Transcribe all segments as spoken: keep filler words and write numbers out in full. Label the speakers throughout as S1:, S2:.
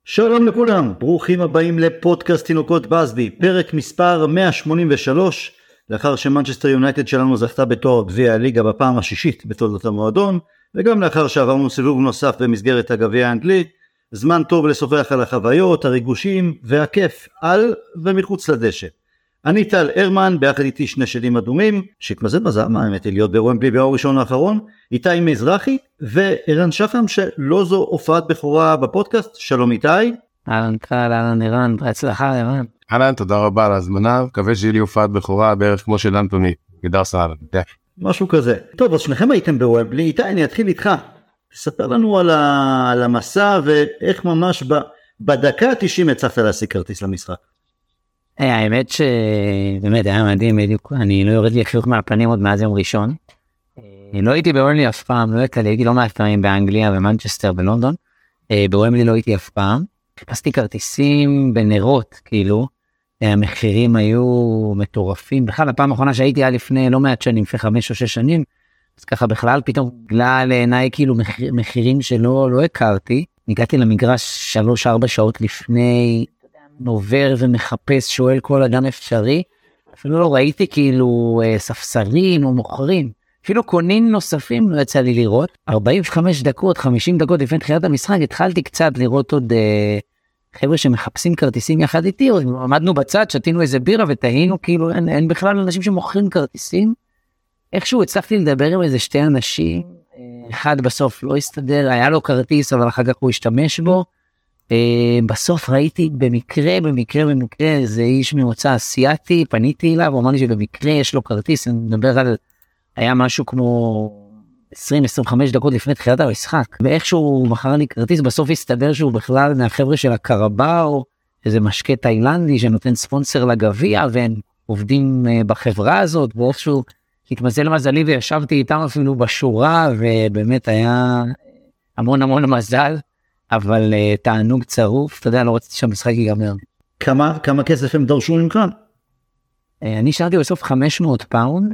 S1: שלום לכולם, ברוכים הבאים לפודקאסט תינוקות בסבי, פרק מספר מאה שמונים ושלוש, לאחר שמנצ'סטר יונייטד שלנו זכתה בתואר גביע הליגה בפעם השישית בתולדות המועדון, וגם לאחר שעברנו סיבוב נוסף במסגרת הגביע האנגלי, זמן טוב לשוחח על החוויות, הריגושים והכיף על ומחוץ לדשא. אני טל הרמן, ביחד איתי שני שדים אדומים, שהתמזל מזל מה האמת להיות בוומבלי ביום ראשון האחרון, איתי מזרחי וערן שחם שלא זו הופעת בכורה בפודקאסט. שלום איתי.
S2: אהלן טל, אהלן ערן, בהצלחה ערן.
S3: אהלן, תודה רבה על ההזמנה, מקווה שיהיה לי הופעת בכורה בערך כמו של אנטוני, גדר סהלן.
S1: משהו כזה. טוב, אז שניכם הייתם בוומבלי, איתי אני אתחיל איתך. תספר לנו על, ה... על המסע ואיך ממש ב... בדקה ה-תשעים הצלחת להשיג כרטיס למשחק.
S2: האמת שבאמת היה מדהים, בדיוק, אני לא יורד לי חיוך מהפנים עוד מאז יום ראשון. לא הייתי בוומבלי אף פעם, לא הייתי, הייתי לא מעט פעמים באנגליה, במנצ'סטר, בלונדון. בוומבלי לא הייתי אף פעם. חיפשתי כרטיסים בנרות, כאילו, המחירים היו מטורפים. בכלל, הפעם האחרונה שהייתי היה לפני לא מעט שנים, לפני חמש או שש שנים, אז ככה בכלל פתאום גלה לעיניי כאילו מחיר, מחירים שלא לא הכרתי. ניגעתי למגרש שלוש ארבע שעות לפני, נובר ומחפש, שואל כל אדם אפשרי, אפילו לא ראיתי כאילו ספסרים או מוכרים, אפילו קונים נוספים לא יצא לי לראות. ארבעים וחמש דקות, חמישים דקות לפני תחילת המשחק, התחלתי קצת לראות עוד אה, חבר'ה שמחפשים כרטיסים יחד איתי, עמדנו בצד, שתינו איזה בירה ותהינו, כאילו אין, אין בכלל אנשים שמוכרים כרטיסים. איכשהו הצלחתי לדבר עם איזה שתי אנשים, אחד בסוף לא הסתדר, היה לו כרטיס, אבל אחר כך הוא השתמש בו. בסוף ראיתי במקרה, במקרה, במקרה, איזה איש ממוצא אסיאתי, פניתי אליו, הוא אמר לי שבמקרה יש לו כרטיס, אני מדבר על, היה משהו כמו עשרים עשרים וחמש דקות לפני תחילת המשחק, ואיכשהו הוא מכר לי כרטיס, בסוף הסתבר שהוא בכלל מהחבר'ה של הקרבאו, איזה משקה תאילנדי שנותן ספונסר לגביע, והם עובדים בחברה הזאת, ואיכשהו התמזל למזלי וישבתי איתם אפילו בשורה, ובאמת היה המון המון מזל, אבל uh, תענוג צרוף, אתה יודע, לא רציתי שהמשחק ייגמר.
S1: כמה, כמה כסף הם דרשו ממך? Uh,
S2: אני שרתי בסוף חמש מאות פאונד,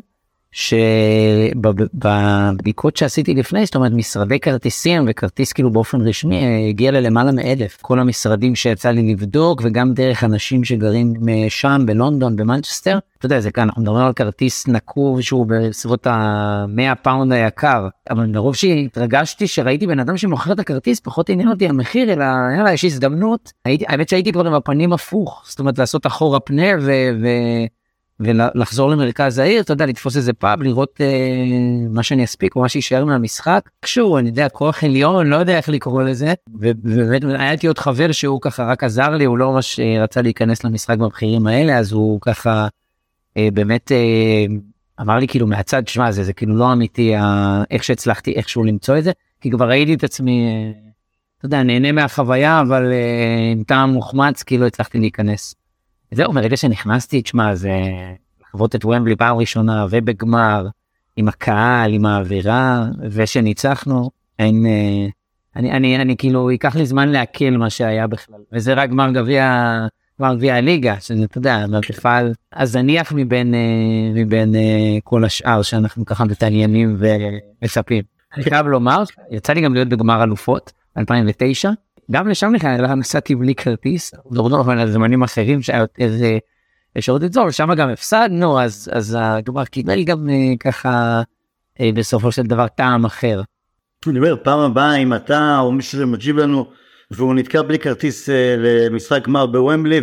S2: שבבדיקות שעשיתי לפני, זאת אומרת, משרדי כרטיסים וכרטיס כאילו באופן רשמי, הגיע ללמעלה מאלף. כל המשרדים שיצא לי לבדוק, וגם דרך אנשים שגרים שם, בלונדון, במנצ'סטר. אתה יודע, זה כאן, אנחנו מדברים על כרטיס נקוב, שהוא בסביבות ה-מאה פאונד היקר. אבל מרוב שהתרגשתי, שראיתי בן אדם שמוכר את הכרטיס, פחות עניין אותי המחיר, אלא, יאללה, יש הזדמנות. הייתי, האמת שהייתי כבר עם הפנים הפוך, זאת אומרת, לעשות אחורה פנה ו... ו... ולחזור למרכז העיר, אתה יודע, לתפוס איזה פאב, לראות אה, מה שאני אספיק, או מה שישאר מהמשחק. כשהוא, אני יודע, כוח עליון, לא יודע איך לקרוא לזה, ובאמת, הייתי עוד חבר שהוא ככה רק עזר לי, הוא לא ממש רצה להיכנס למשחק במחירים האלה, אז הוא ככה, אה, באמת, אה, אמר לי כאילו מהצד, שמה, זה, זה כאילו לא אמיתי, אה, איך שהצלחתי איכשהו למצוא את זה, כי כבר ראיתי את עצמי, אה, אתה יודע, נהנה מהחוויה, אבל אה, עם טעם מוחמץ, כאילו הצלחתי להיכנס. זהו, מרגע שנכנסתי, תשמע, זה לחוות את וומבלי פעם ראשונה, ובגמר, עם הקהל, עם האווירה, ושניצחנו, אין, אני, אני, אני כאילו, ייקח לי זמן להקל מה שהיה בכלל, וזה רק גמר גביע, גמר גביע הליגה, שזה, אתה יודע, מפעל הזניח מבין, מבין כל השאר, שאנחנו ככה מתעניינים ומספים. אני חייב לומר, יצא לי גם להיות בגמר אלופות, אלפיים ותשע, גם לשם לכאן, נסעתי בלי כרטיס, דורדון אבל על זמנים אחרים שהיה יותר אפשרות לצור, שם גם הפסדנו, אז, אז הגמר קיבל גם ככה בסופו של דבר טעם אחר.
S1: אני אומר, פעם הבאה אם אתה או מישהו שמג'יב לנו, והוא נתקע בלי כרטיס למשחק גמר בוומבלי,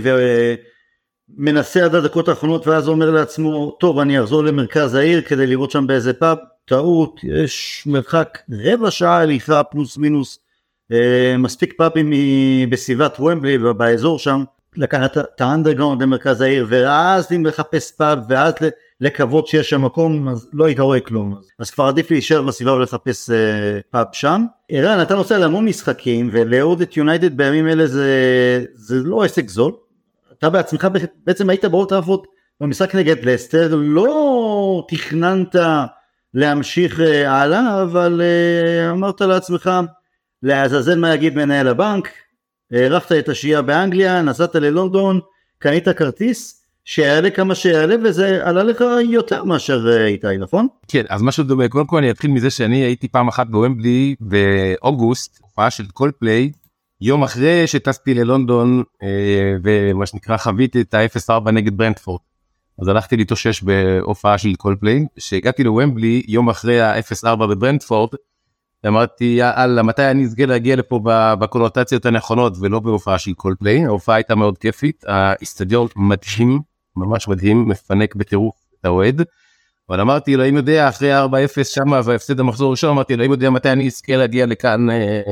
S1: ומנסה עד הדקות האחרונות, ואז אומר לעצמו, טוב אני אחזור למרכז העיר כדי לראות שם באיזה פאב, טעות, יש מרחק רבע שעה הליכה פלוס מינוס, מספיק פאבים בסביבת וומבלי ובאזור שם, לקחת את האנדרגראונד למרכז העיר, ואז אם לחפש פאב ואז לקוות שיש שם מקום, אז לא היית רואה כלום, אז כבר עדיף להישאר בסביבה ולחפש פאב שם. ערן, אתה נוסע להמון משחקים, ולעוד את יונייטד בימים אלה זה, זה לא עסק זול, אתה בעצמך בעצם היית באולד טראפורד במשחק נגד לסטר, לא תכננת להמשיך הלאה, אבל אמרת לעצמך, לעזאזל מה יגיד מנהל הבנק, הערכת את השהייה באנגליה, נסעת ללונדון, קנית כרטיס, שיעלה כמה שיעלה, וזה עלה לך יותר מאשר איתי, נכון?
S3: כן, אז משהו דומה, קודם כל אני אתחיל מזה שאני הייתי פעם אחת בוומבלי באוגוסט, הופעה של קולפליי, יום אחרי שטסתי ללונדון, ומה שנקרא חוויתי את ה-אפס ארבע נגד ברנטפורד, אז הלכתי להתאושש בהופעה של קולפליי, כשהגעתי לוומבלי יום אחרי ה-אפס ארבע בברנטפורד, אמרתי, יאללה, מתי אני אזכה להגיע לפה בקונוטציות הנכונות, ולא בהופעה של קולפליי. ההופעה הייתה מאוד כיפית, האצטדיון מדהים, ממש מדהים, מפנק בטירוף את האוהד, אבל אמרתי, אלוהים יודע, אחרי ארבע אפס שמה, והפסד המחזור ראשון, אמרתי, אלוהים יודע מתי אני אזכה להגיע לכאן,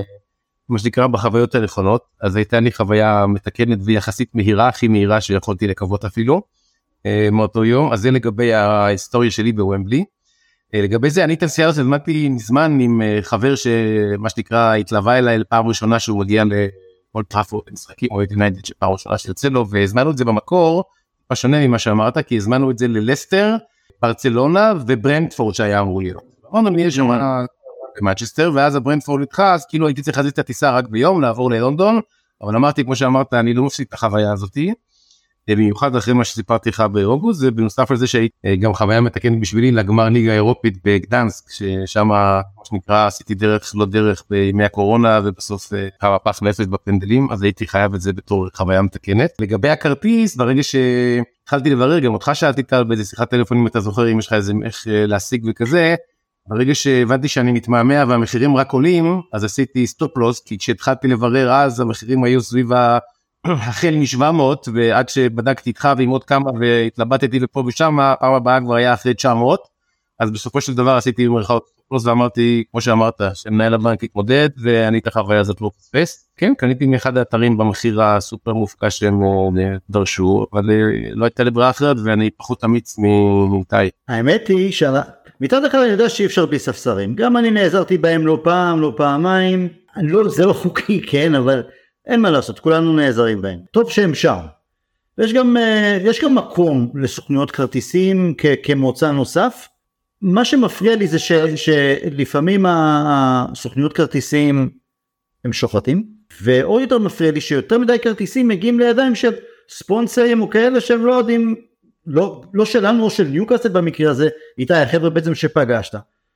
S3: מה שנקרא, בחוויות הנכונות. אז הייתה לי חוויה מתקנת ויחסית מהירה, הכי מהירה שיכולתי לקוות אפילו, מאותו יום. אז זה לגבי ההיסטוריה שלי בוומבלי. לגבי זה, אני את הנסיעה הזאת הזמנתי מזמן עם חבר שמה שנקרא התלווה אליי לפעם ראשונה שהוא מגיע לאולד טראפורד למשחקים, או יונייטד שפעם ראשונה שיוצא לו, והזמנו את זה במקור, בשונה ממה שאמרת, כי הזמנו את זה ללסטר, ברצלונה וברנטפורד שהיה אמור להיות. אמרנו, נהיה שם במנצ'סטר, ואז הברנטפורד נדחה, אז כאילו הייתי צריך להזיז את הטיסה רק ביום, לעבור ללונדון, אבל אמרתי, כמו שאמרת, אני לא מפסיק את החוויה הזאת, במיוחד אחרי מה שסיפרתי לך באוגוסט, ובנוסף על זה שהייתי גם חוויה מתקנת בשבילי לגמר ליגה אירופית בגדנסק, ששם מה שנקרא עשיתי דרך לא דרך בימי הקורונה, ובסוף כמה פח נפש בפנדלים, אז הייתי חייב את זה בתור חוויה מתקנת. לגבי הכרטיס, ברגע שהתחלתי לברר, גם אותך שאלתי כאן באיזה שיחת טלפונים, אתה זוכר אם יש לך איזה איך להשיג וכזה, ברגע שהבנתי שאני מתמהמה והמחירים רק עולים, אז עשיתי סטופ לוס, כי כשהתחלתי לברר אז המחירים היו סביב ה החל מ-שבע מאות, ועד שבדקתי איתך ועם עוד כמה והתלבטתי לפה ושם, הפעם הבאה כבר היה אחרי תשע מאות, אז בסופו של דבר עשיתי מרכאות פלוס ואמרתי, כמו שאמרת, שמנהל הבנק התמודד, ואני את החוויה הזאת לא פספס. כן, קניתי מאחד האתרים במחיר הסופר מופקע שהם דרשו, אבל לא הייתה לי ברירה אחרת, ואני פחות אמיץ ממתי.
S1: האמת היא שמצד אחד אני יודע שאי אפשר בלי ספסרים, גם אני נעזרתי בהם לא פעם, לא פעמיים, לא, זה לא חוקי, כן, אבל אין מה לעשות, כולנו נעזרים בהם. טוב שהם שם. ויש גם, יש גם מקום לסוכנויות כרטיסים כ- כמוצא נוסף. מה שמפריע לי זה ש- שלפעמים הסוכנויות כרטיסים הם שוחטים, ועוד יותר מפריע לי שיותר מדי כרטיסים מגיעים לידיים של ספונסרים או כאלה שהם לא יודעים, לא, לא שלנו או של ניוקאסל במקרה הזה, איתי החבר'ה בעצם שפגשת.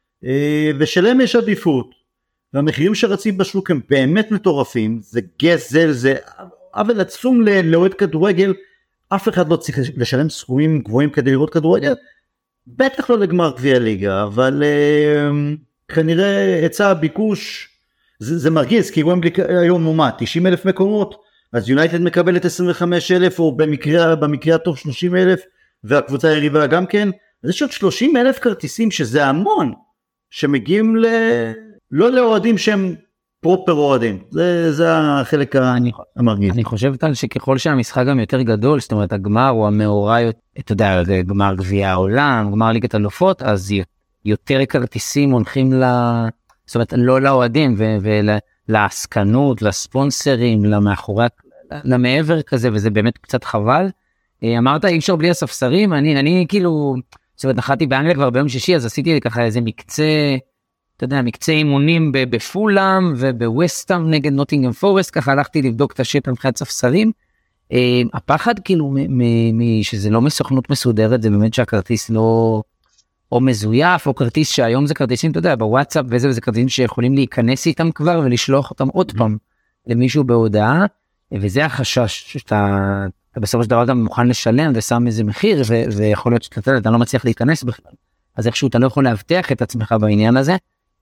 S1: ושלהם יש עדיפות. והמחירים שרצים בשוק הם באמת מטורפים, זה גזל, זה עוול עצום לאוהד כדורגל, אף אחד לא צריך לשלם סכומים גבוהים כדי לראות כדורגל, בטח לא לגמר גביע ליגה, אבל uh, כנראה היצע הביקוש, זה, זה מרגיז, כי וומבלי היום מומה, תשעים אלף מקומות, אז יונייטד מקבלת עשרים וחמישה אלף, או במקרה, במקרה הטוב שלושים אלף, והקבוצה היריבה גם כן, אז יש עוד שלושים אלף כרטיסים, שזה המון, שמגיעים ל... לא לאוהדים שהם פרופר אוהדים, זה, זה החלק המרגיז.
S2: אני חושב כאן שככל שהמשחק גם יותר גדול, זאת אומרת הגמר הוא המאורע, אתה יודע, זה גמר גביע העולם, גמר ליגת אלופות, אז יותר כרטיסים הולכים ל... זאת אומרת לא לאוהדים ולעסקנות, לספונסרים, למאחורי, למעבר כזה, וזה באמת קצת חבל. אמרת אי אפשר בלי הספסרים, אני, אני כאילו, זאת אומרת נחתי באנגליה כבר ביום שישי, אז עשיתי ככה איזה מקצה, אתה יודע, מקצה אימונים בפולאם ובווסטהאם נגד נוטינגהאם פורסט, ככה הלכתי לבדוק את השטח מבחינת ספסרים. הפחד כאילו שזה לא מסוכנות מסודרת, זה באמת שהכרטיס לא או מזויף, או כרטיס שהיום זה כרטיסים, אתה יודע, בוואטסאפ וזה, וזה כרטיסים שיכולים להיכנס איתם כבר ולשלוח אותם עוד פעם למישהו בהודעה, וזה החשש שאתה בסופו של דבר גם מוכן לשלם ושם איזה מחיר, ויכול להיות שאתה אתה לא מצליח להיכנס בכלל, אז איכשהו אתה לא יכול להבטיח את עצמך בעניין הזה,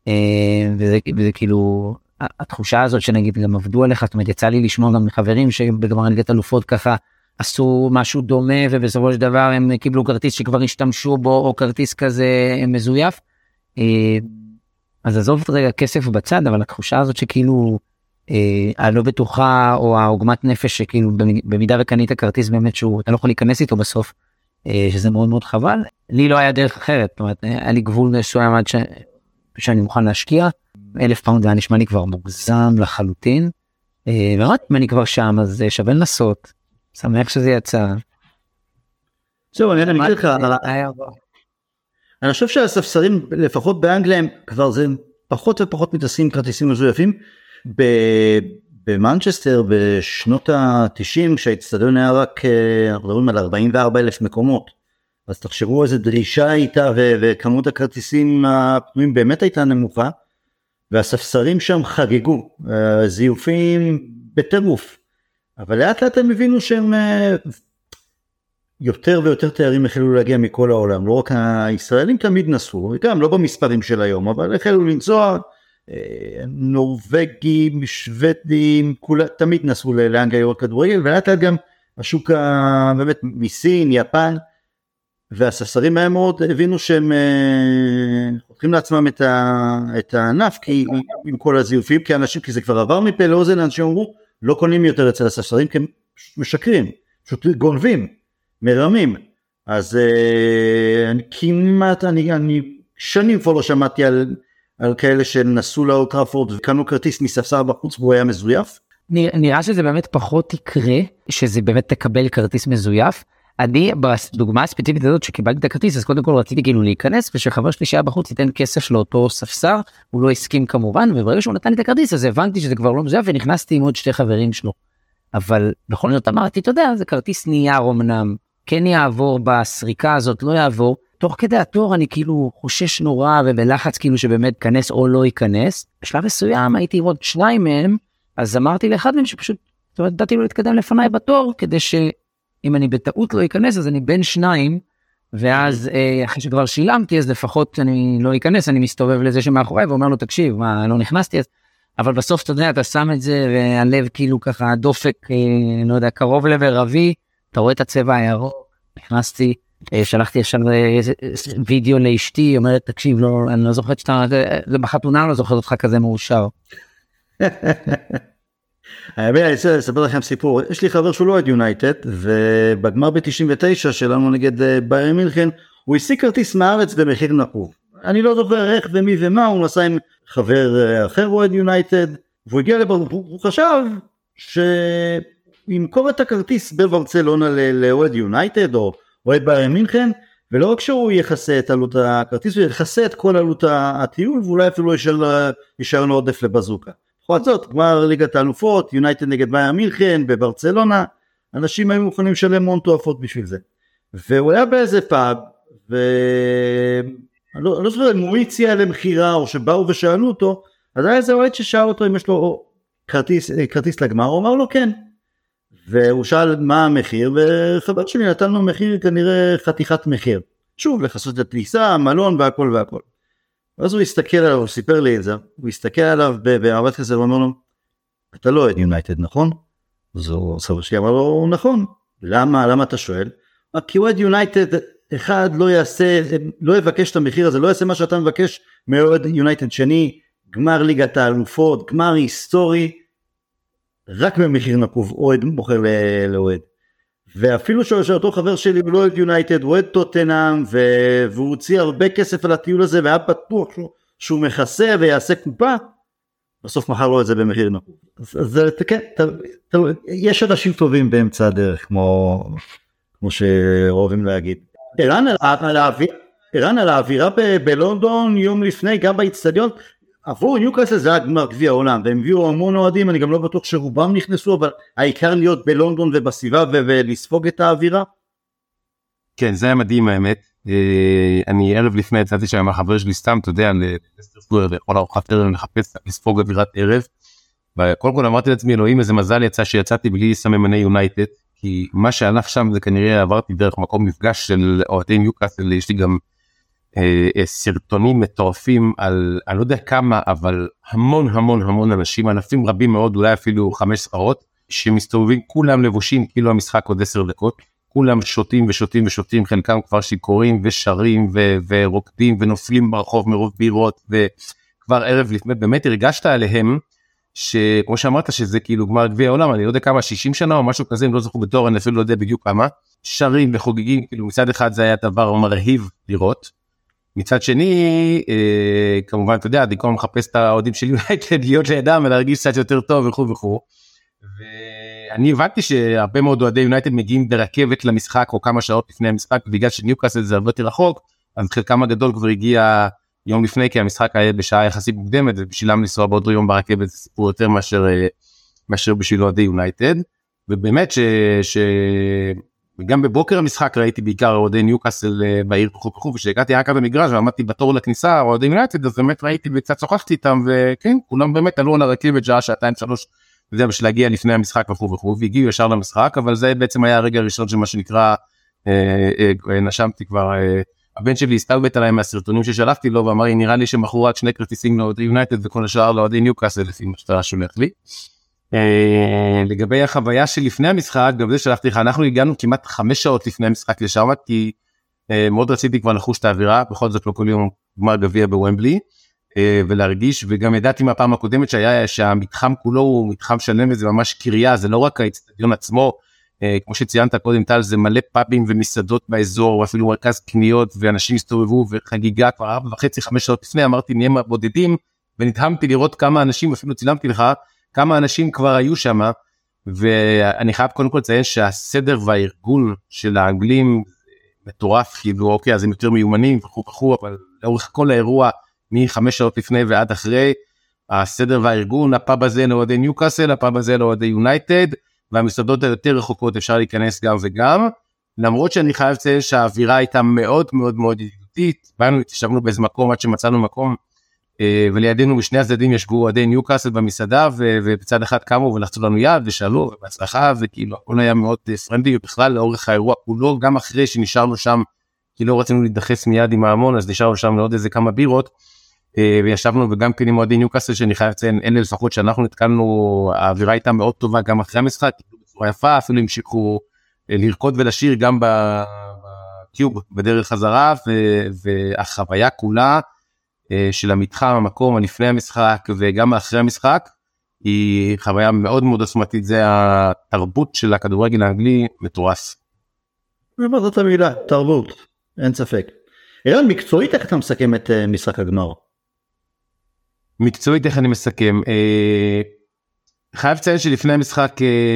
S2: וזה, וזה כאילו, התחושה הזאת שנגיד גם עבדו עליך, זאת אומרת, יצא לי לשמוע גם מחברים שבגמר ליגת אלופות ככה, עשו משהו דומה, ובסופו של דבר הם קיבלו כרטיס שכבר השתמשו בו, או כרטיס כזה מזויף, אז עזוב רגע כסף בצד, אבל התחושה הזאת שכאילו, הלא בטוחה, או העוגמת נפש שכאילו, במידה וקנית כרטיס באמת שהוא, אתה לא יכול להיכנס איתו בסוף, שזה מאוד מאוד חבל, לי לא היה דרך אחרת, זאת אומרת, היה לי גבול מסוים עד ש... שאני מוכן להשקיע, אלף פאונד היה נשמע לי כבר מוגזם לחלוטין, ורק אם אני כבר שם, אז שווה לנסות, שמח שזה יצא.
S1: זהו, אני אגיד לך, אני חושב שהספסרים, לפחות באנגליה, כבר זה פחות ופחות מתעסקים כרטיסים מזויפים, במנצ'סטר בשנות ה-תשעים, כשהאצטדיון היה רק, אנחנו מדברים על ארבעים וארבעה אלף מקומות, אז תחשבו איזה דרישה הייתה, וכמות הכרטיסים הפנויים באמת הייתה נמוכה, והספסרים שם חגגו, זיופים בטירוף, אבל לאט לאט הם הבינו שהם יותר ויותר תיירים החלו להגיע מכל העולם, לא רק הישראלים תמיד נסעו, גם לא במספרים של היום, אבל החלו לנסוע, נורווגים, שוודים, כולה, תמיד נסעו לאנגליה לראות כדורגל, ולאט לאט גם השוק באמת מסין, יפן, והססרים מהם מאוד הבינו שהם חותכים לעצמם את, ה, את הענף, כי עם כל הזיופים, כי אנשים, כי זה כבר עבר מפה לאוזן, אנשים אמרו, לא קונים יותר אצל הססרים, כי הם משקרים, פשוט גונבים, מרמים, אז אני כמעט, אני, אני שנים כבר לא שמעתי על, על כאלה שנסעו לאולד טראפורד וקנו כרטיס מספסר בחוץ והוא היה מזויף.
S2: נראה שזה באמת פחות יקרה, שזה באמת תקבל כרטיס מזויף. אני בדוגמה הספציפית הזאת שקיבלתי את הכרטיס, אז קודם כל רציתי כאילו להיכנס, ושחבר שלי שהיה בחוץ ייתן כסף לאותו ספסר, הוא לא הסכים כמובן, וברגע שהוא נתן לי את הכרטיס, אז הבנתי שזה כבר לא מזויף, ונכנסתי עם עוד שתי חברים שלו. אבל בכל זאת אמרתי, אתה יודע, זה כרטיס נייר אמנם, כן יעבור בסריקה הזאת, לא יעבור. תוך כדי התור אני כאילו חושש נורא ובלחץ כאילו שבאמת כנס או לא ייכנס. בשלב מסוים הייתי עוד שניים מהם, אז אמרתי לאחד מהם שפשוט, זאת אומרת, דעתי לו להתקדם לפניי בתור, כדי שאם אני בטעות לא ייכנס, אז אני בין שניים, ואז אחרי שכבר שילמתי, אז לפחות אני לא ייכנס, אני מסתובב לזה שמאחורי, ואומר לו, תקשיב, מה, לא נכנסתי, אז... אבל בסוף אתה יודע, אתה שם את זה, והלב כאילו ככה דופק, לא יודע, קרוב לב רבי, אתה רואה את הצבע הירוק, נכנסתי, שלחתי עכשיו וידאו לאשתי, אומרת, תקשיב, לא, אני לא זוכרת שאתה, זה בחתונה, אני לא זוכרת אותך כזה מאושר.
S1: אני רוצה לספר לכם סיפור, יש לי חבר שהוא לא אוהד יונייטד, ובגמר ב-תשעים ותשע שלנו נגד ביירן מינכן, הוא השיג כרטיס מארץ במחיר נקוב. אני לא זוכר איך ומי ומה, הוא נסע עם חבר אחר אוהד יונייטד, והוא הגיע לבר, הוא חשב שימכור את הכרטיס בברצלונה לאוהד יונייטד, או אוהד ביירן מינכן, ולא רק שהוא יחסה את עלות הכרטיס, הוא יחסה את כל עלות הטיול, ואולי אפילו יישאר לו עודף לבזוקה. בכל זאת, גמר ליגת האלופות, יונייטד נגד ביירן מינכן, בברצלונה, אנשים היו מוכנים לשלם הון תועפות בשביל זה. והוא היה באיזה פאב, ו... אני לא, לא זוכר אם הוא הציע למחירה, או שבאו ושאלו אותו, אז היה איזה אוהד ששאל אותו אם יש לו כרטיס, כרטיס לגמר, הוא אמר לו כן. והוא שאל מה המחיר, וחבר שלי נתן לו מחיר כנראה חתיכת מחיר. שוב, לחסות את הטיסה, מלון והכל והכל. אז הוא הסתכל עליו, הוא סיפר לי את זה, הוא הסתכל עליו במבט כזה, הוא אמר לו, אתה לא אוהד יונייטד, נכון? אז הוא סבר שלי אמר לו, נכון. למה? למה אתה שואל? כי אוהד יונייטד, אחד לא יעשה, לא יבקש את המחיר הזה, לא יעשה מה שאתה מבקש מאוהד יונייטד שני, גמר ליגת האלופות, גמר היסטורי, רק במחיר נקוב, אוהד מוכר לאוהד. ואפילו שאותו חבר שלי הוא לא אוהד יונייטד, הוא אוהד טוטנהאם, והוא הוציא הרבה כסף על הטיול הזה, והיה בטוח שהוא מכסה ויעשה קופה, בסוף מחר לו את זה במחיר נקוב. אז כן, יש אנשים טובים באמצע הדרך, כמו, כמו שאוהבים להגיד. ערן על האווירה בלונדון יום לפני, גם באצטדיון, עבור ניוקאסל זה היה גמר גביע העולם, והם הביאו המון אוהדים, אני גם לא בטוח שרובם נכנסו, אבל העיקר להיות בלונדון ובסביבה ולספוג את האווירה.
S3: כן, זה היה מדהים האמת. אני ערב לפני יצאתי שם החבר שלי סתם, אתה יודע, לסטרסבורג וכל ארוחת ערב לחפש לספוג אווירת ערב, וקודם כל אמרתי לעצמי, אלוהים איזה מזל יצא שיצאתי בלי סממני יונייטד, כי מה שהלך שם זה כנראה עברתי דרך מקום מפגש של אוהדי ניוקאסל, יש לי גם אה, סרטונים מטורפים על, אני לא יודע כמה, אבל המון המון המון אנשים, אלפים רבים מאוד, אולי אפילו חמש ספרות, שמסתובבים כולם לבושים, כאילו המשחק עוד עשר דקות, כולם שותים ושותים ושותים, חלקם כבר שיכורים ושרים ו- ורוקדים ונופלים ברחוב מרוב בירות, וכבר ערב לפני, באמת הרגשת עליהם, שכמו שאמרת שזה כאילו גמר גביע העולם, אני לא יודע כמה, שישים שנה או משהו כזה, הם לא זכו בתור, אני אפילו לא יודע בדיוק כמה, שרים וחוגגים, כאילו מצד אחד זה היה דבר מרהיב לראות, מצד שני, אה, כמובן אתה יודע, דיקום מחפש את האוהדים של יונייטד, להיות לידם ולהרגיש קצת יותר טוב וכו' וכו', ואני הבנתי שהרבה מאוד אוהדי יונייטד מגיעים ברכבת למשחק או כמה שעות לפני המשחק, בגלל שניוקאסל זה הרבה יותר רחוק, אז חלקם הגדול כבר הגיע יום לפני, כי המשחק היה בשעה יחסית מוקדמת, ובשבילם לנסוע בעוד יום ברכבת זה סיפור יותר מאשר, מאשר בשביל אוהדי יונייטד, ובאמת ש, ש... גם בבוקר המשחק ראיתי בעיקר אוהדי ניוקאסל בעיר וכו', ושהגעתי רק עד המגרש ועמדתי בתור לכניסה, אוהדי יונייטד, אז באמת ראיתי וקצת שוחחתי איתם, וכן, כולם באמת עלו על הרכבת שעה, שעתיים, שלוש וזה בשביל להגיע לפני המשחק וכו' וכו', והגיעו ישר למשחק, אבל זה בעצם היה הרגע הראשון של מה שנקרא, אה, אה, נשמתי כבר, אה, הבן שלי הסתלבט עליי מהסרטונים ששלחתי לו, ואמר לי, נראה לי שמכרו רק שני כרטיסים לאוהדי יונייטד, וכל השאר לאוהדי ניוקאסל, לפי מה שאתה שולח לי. אה, לגבי החוויה של לפני המשחק, גם זה שלחתי לך, אנחנו הגענו כמעט חמש שעות לפני המשחק לשם, כי אה, מאוד רציתי כבר לחוש את האווירה, בכל זאת לא כל יום גמר גביע בוומבלי, ולהרגיש, וגם ידעתי מהפעם הקודמת שהיה, שהמתחם כולו הוא מתחם שלם, וזה ממש קריה, זה לא רק האצטדיון עצמו, כמו שציינת קודם טל, זה מלא פאבים ומסעדות באזור, ואפילו מרכז קניות, ואנשים הסתובבו, וחגיגה כבר ארבע וחצי, חמש שעות לפני, אמרתי נהיה בודדים, ונדהמתי לראות כמה אנשים, אפילו צילמתי לך, כמה אנשים כבר היו שם, ואני חייב קודם כל לציין שהסדר והארגון של האנגלים, מטורף, כאילו אוקיי, אז הם יותר מיומנים וכו' וכו', אבל לאורך כל האירוע, מחמש שעות לפני ועד אחרי, הסדר והארגון, הפאב הזה לאוהדי ניוקאסל, הפאב הזה לאוהדי יונייטד, והמסעדות היותר רחוקות אפשר להיכנס גם וגם, למרות שאני חייב לציין שהאווירה הייתה מאוד מאוד מאוד ידידותית, באנו, התיישבנו באיזה מקום עד שמצאנו מקום, ולידינו בשני הצדדים ישבו אוהדי ניוקאסל במסעדה, ובצד אחד קמו ולחצו לנו יד ושאלו, ובהצלחה, וכאילו הכל היה מאוד פרנדי, ובכלל לאורך האירוע כולו, גם אחרי שנשארנו שם, כי לא רצינו להידחס מיד עם ההמון, אז נשארנו שם לעוד איזה כמה בירות, וישבנו וגם כן עם אוהדי ניוקאסל, שאני חייב לציין, אלה לפחות שאנחנו נתקלנו, האווירה הייתה מאוד טובה גם אחרי המשחק, בצורה יפה, אפילו המשיכו לרקוד ולשיר גם בטיוב בדרך חזרה, והחוויה כולה של המתחם, המקום, לפני המשחק וגם אחרי המשחק, היא חוויה מאוד מאוד עוצמתית, זה התרבות של הכדורגל האנגלי מטורף.
S1: ומה זאת המילה? תרבות, אין ספק. אילן, מקצועית איך אתה מסכם את משחק הגמר?
S3: מקצועית איך אני מסכם? חייב לציין שלפני המשחק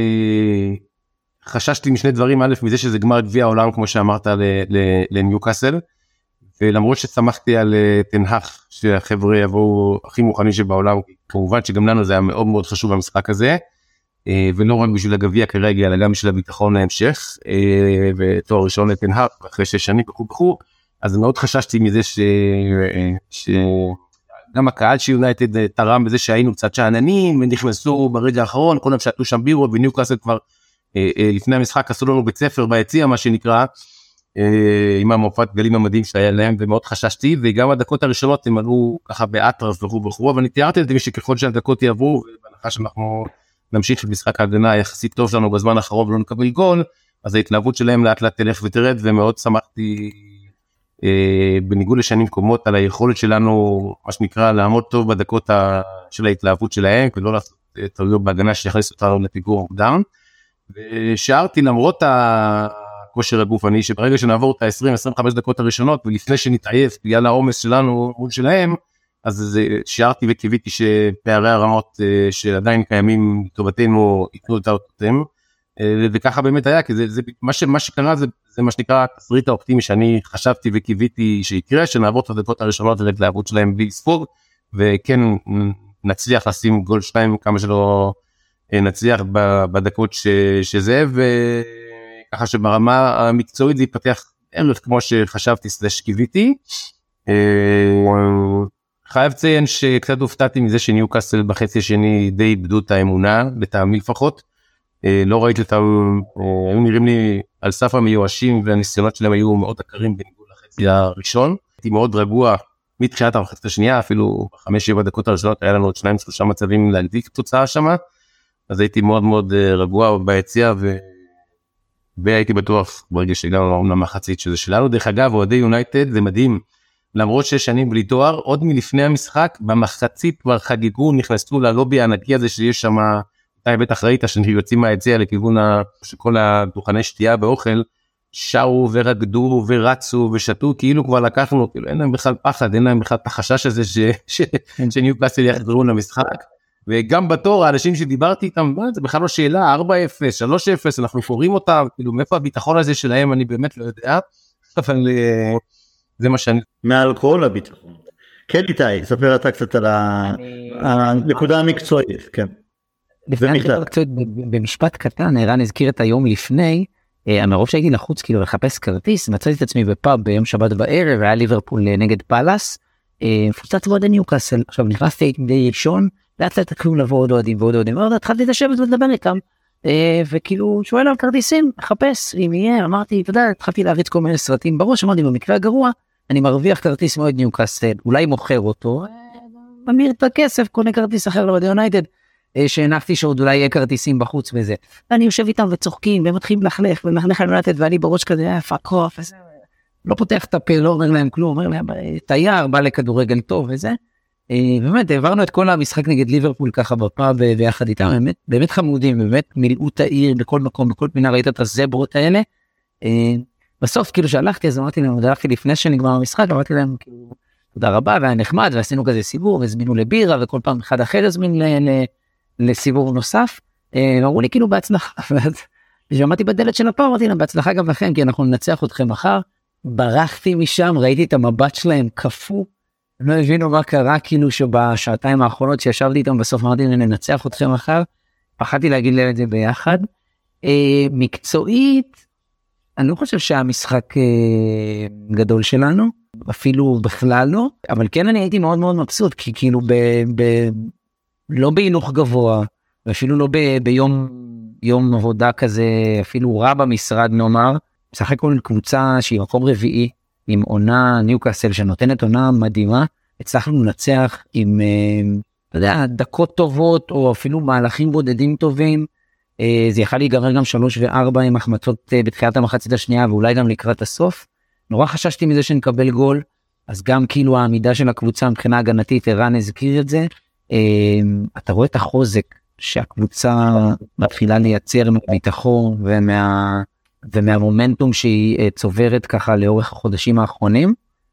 S3: חששתי משני דברים, א' מזה שזה גמר גביע העולם כמו שאמרת לניוקאסל, ולמרות ששמחתי על תנהך שהחבר'ה יבואו הכי מוכנים שבעולם, כמובן שגם לנו זה היה מאוד מאוד חשוב במשחק הזה, ולא רק בשביל הגביע כרגע, אלא גם בשביל הביטחון להמשך, ותואר ראשון לתנהך אחרי שש שנים וכו' וכו', אז מאוד חששתי מזה ש... שגם הקהל של יונייטד תרם בזה שהיינו קצת שעננים, ונכנסו ברגע האחרון, כולם שעטו שם בירות, וניוקאסל כבר לפני המשחק עשו לנו בית ספר ביציע, מה שנקרא, עם המופת גלים המדהים שהיה להם, ומאוד חששתי, וגם הדקות הראשונות הם עלו ככה באטרף וכו' וכו', אבל אני תיארתי את זה שככל שהדקות יעברו, ובהנחה שאנחנו נמשיך את משחק ההגנה היחסית טוב שלנו בזמן האחרון ולא נקבל גול, אז ההתלהבות שלהם לאט לאט תלך ותרד, ומאוד שמחתי אה, בניגוד לשנים קומות על היכולת שלנו, מה שנקרא, לעמוד טוב בדקות ה, של ההתלהבות שלהם, ולא לעשות טעויות בהגנה שיכניס אותנו לפיגור מוקדם, ושארתי למרות הכושר הגופני, שברגע שנעבור את ה-עשרים עד עשרים וחמש דקות הראשונות, ולפני שנתעייף בגלל העומס שלנו מול שלהם, אז שארתי וקיוויתי שפערי הרמות שעדיין קיימים לטובתנו ייתנו את אותם, וככה באמת היה, כי זה, זה, מה, ש, מה שקרה זה, זה מה שנקרא התסריט האופטימי שאני חשבתי וקיוויתי שיקרה, שנעבור את הדקות הראשונות ולהתלהבות שלהם בלי ספוג, וכן נצליח לשים גול שתיים כמה שלא נצליח בדקות ש, שזה, וככה שברמה המקצועית זה יפתח ערך כמו שחשבתי סלש קיוויתי. חייב ציין שקצת הופתעתי מזה שניוקאסל בחצי השני די איבדו את האמונה, לטעמי לפחות, לא ראיתי אותם, היו נראים לי על סף המיואשים, והניסיונות שלהם היו מאוד עקרים בניגוד לחצי הראשון. הייתי מאוד רגוע מתחילת המחצית השנייה, אפילו בחמש שבע דקות הראשונות היה לנו עוד שניים שלושה מצבים להגדיל תוצאה שם, אז הייתי מאוד מאוד רגוע ביציע, ו... והייתי בטוח ברגע שהגענו למחצית שזה שלנו. דרך אגב, אוהדי יונייטד זה מדהים, למרות שש שנים בלי תואר, עוד מלפני המשחק, במחצית כבר חגיגו, נכנסו ללובי הענקי הזה שיש שם, אתה בטח ראית שיוצאים מהיציע לכיוון שכל הדוכני שתייה באוכל, שרו ורקדו ורצו ושתו, כאילו כבר לקחנו, כאילו אין להם בכלל פחד, אין להם בכלל את החשש הזה שניוקאסל יחזרו למשחק, וגם בתור האנשים שדיברתי איתם, זה בכלל לא שאלה, ארבע אפס, שלוש אפס, אנחנו קוראים אותם, כאילו מאיפה הביטחון הזה שלהם, אני באמת לא יודע, אבל זה מה שאני...
S1: מעל כל הביטחון. כן איתי, ספר אתה קצת על הנקודה המקצועית, כן.
S2: לפני הנקודה המקצועית, במשפט קטן, ערן הזכיר את היום לפני, המרוב שהייתי לחוץ כאילו לחפש כרטיס, מצאתי את עצמי בפאב ביום שבת בערב, היה ליברפול נגד פאלאס, מפוצץ ועוד ניוקאסל, עכשיו נכנסתי די ראשון, לאט לאט התחילו לבוא עוד אוהדים ועוד אוהדים, ועוד התחלתי לשבת ולדבר איתם, וכאילו שואל על כרטיסים, מחפש אם יהיה, אמרתי, אתה יודע, התחלתי להריץ כל מיני סרטים בראש, אמרתי, במקרה הגרוע, אני מרוויח כרטיס מאוד ניוקאסל, אולי מוכר אותו, ממיר את הכסף, קונה כרטיס אחר לאוהדי יונייטד, שהנחתי שעוד אולי יהיה כרטיסים בחוץ וזה, ואני יושב איתם וצוחקים, והם מתחילים לחלך, ומחנך על יונייטד, ואני בראש כזה, פאק אוף, וזה, לא פותח את הפה, לא אומר להם כלום, אומר להם, תייר, בא לכדורגל טוב וזה, באמת, העברנו את כל המשחק נגד ליברפול ככה בפאב ביחד איתם, באמת, באמת חמודים, באמת מילאו את העיר בכל מקום, בכל פינה ראית את הזברות האלה, בסוף כאילו שהלכתי, אז אמרתי להם, הלכתי לפני שנגמר המשחק, אמרתי להם כאילו, תודה רבה, והיה נחמד, ועשינו כזה סיבוב, הזמינו לבירה, וכל פעם אחד אחר הזמין לסיבוב נוסף, אמרו לי כאילו בהצלחה, ואז כשעמדתי בדלת של הפאב, אמרתי להם, בהצלחה גם לכם, כי אנחנו ננצח אתכם מחר, ברחתי משם, ראיתי את המבט שלהם קפוא, הם לא הבינו מה קרה, כאילו שבשעתיים האחרונות שישבתי איתם, בסוף אמרתי להם, ננצח אתכם מחר, פחדתי להגיד להם את זה ביחד, מקצועית, אני לא חושב שהמשחק גדול שלנו, אפילו בכלל לא, אבל כן אני הייתי מאוד מאוד מבסוט, כי כאילו ב, ב, לא בהינוך גבוה, ואפילו לא ב, ביום יום עבודה כזה, אפילו רע במשרד נאמר, בסך הכל קבוצה שהיא מקום רביעי, עם עונה ניוקאסל שנותנת עונה מדהימה, הצלחנו לנצח עם, אתה יודע, דקות טובות, או אפילו מהלכים בודדים טובים, זה יכל להיגרר גם שלוש וארבע עם החמצות בתחילת המחצית השנייה, ואולי גם לקראת הסוף. נורא חששתי מזה שנקבל גול, אז גם כאילו העמידה של הקבוצה מבחינה הגנתית, ערן הזכיר את זה, אתה רואה את החוזק שהקבוצה מתחילה לייצר מביטחון ומה, ומהמומנטום שהיא צוברת ככה לאורך החודשים האחרונים,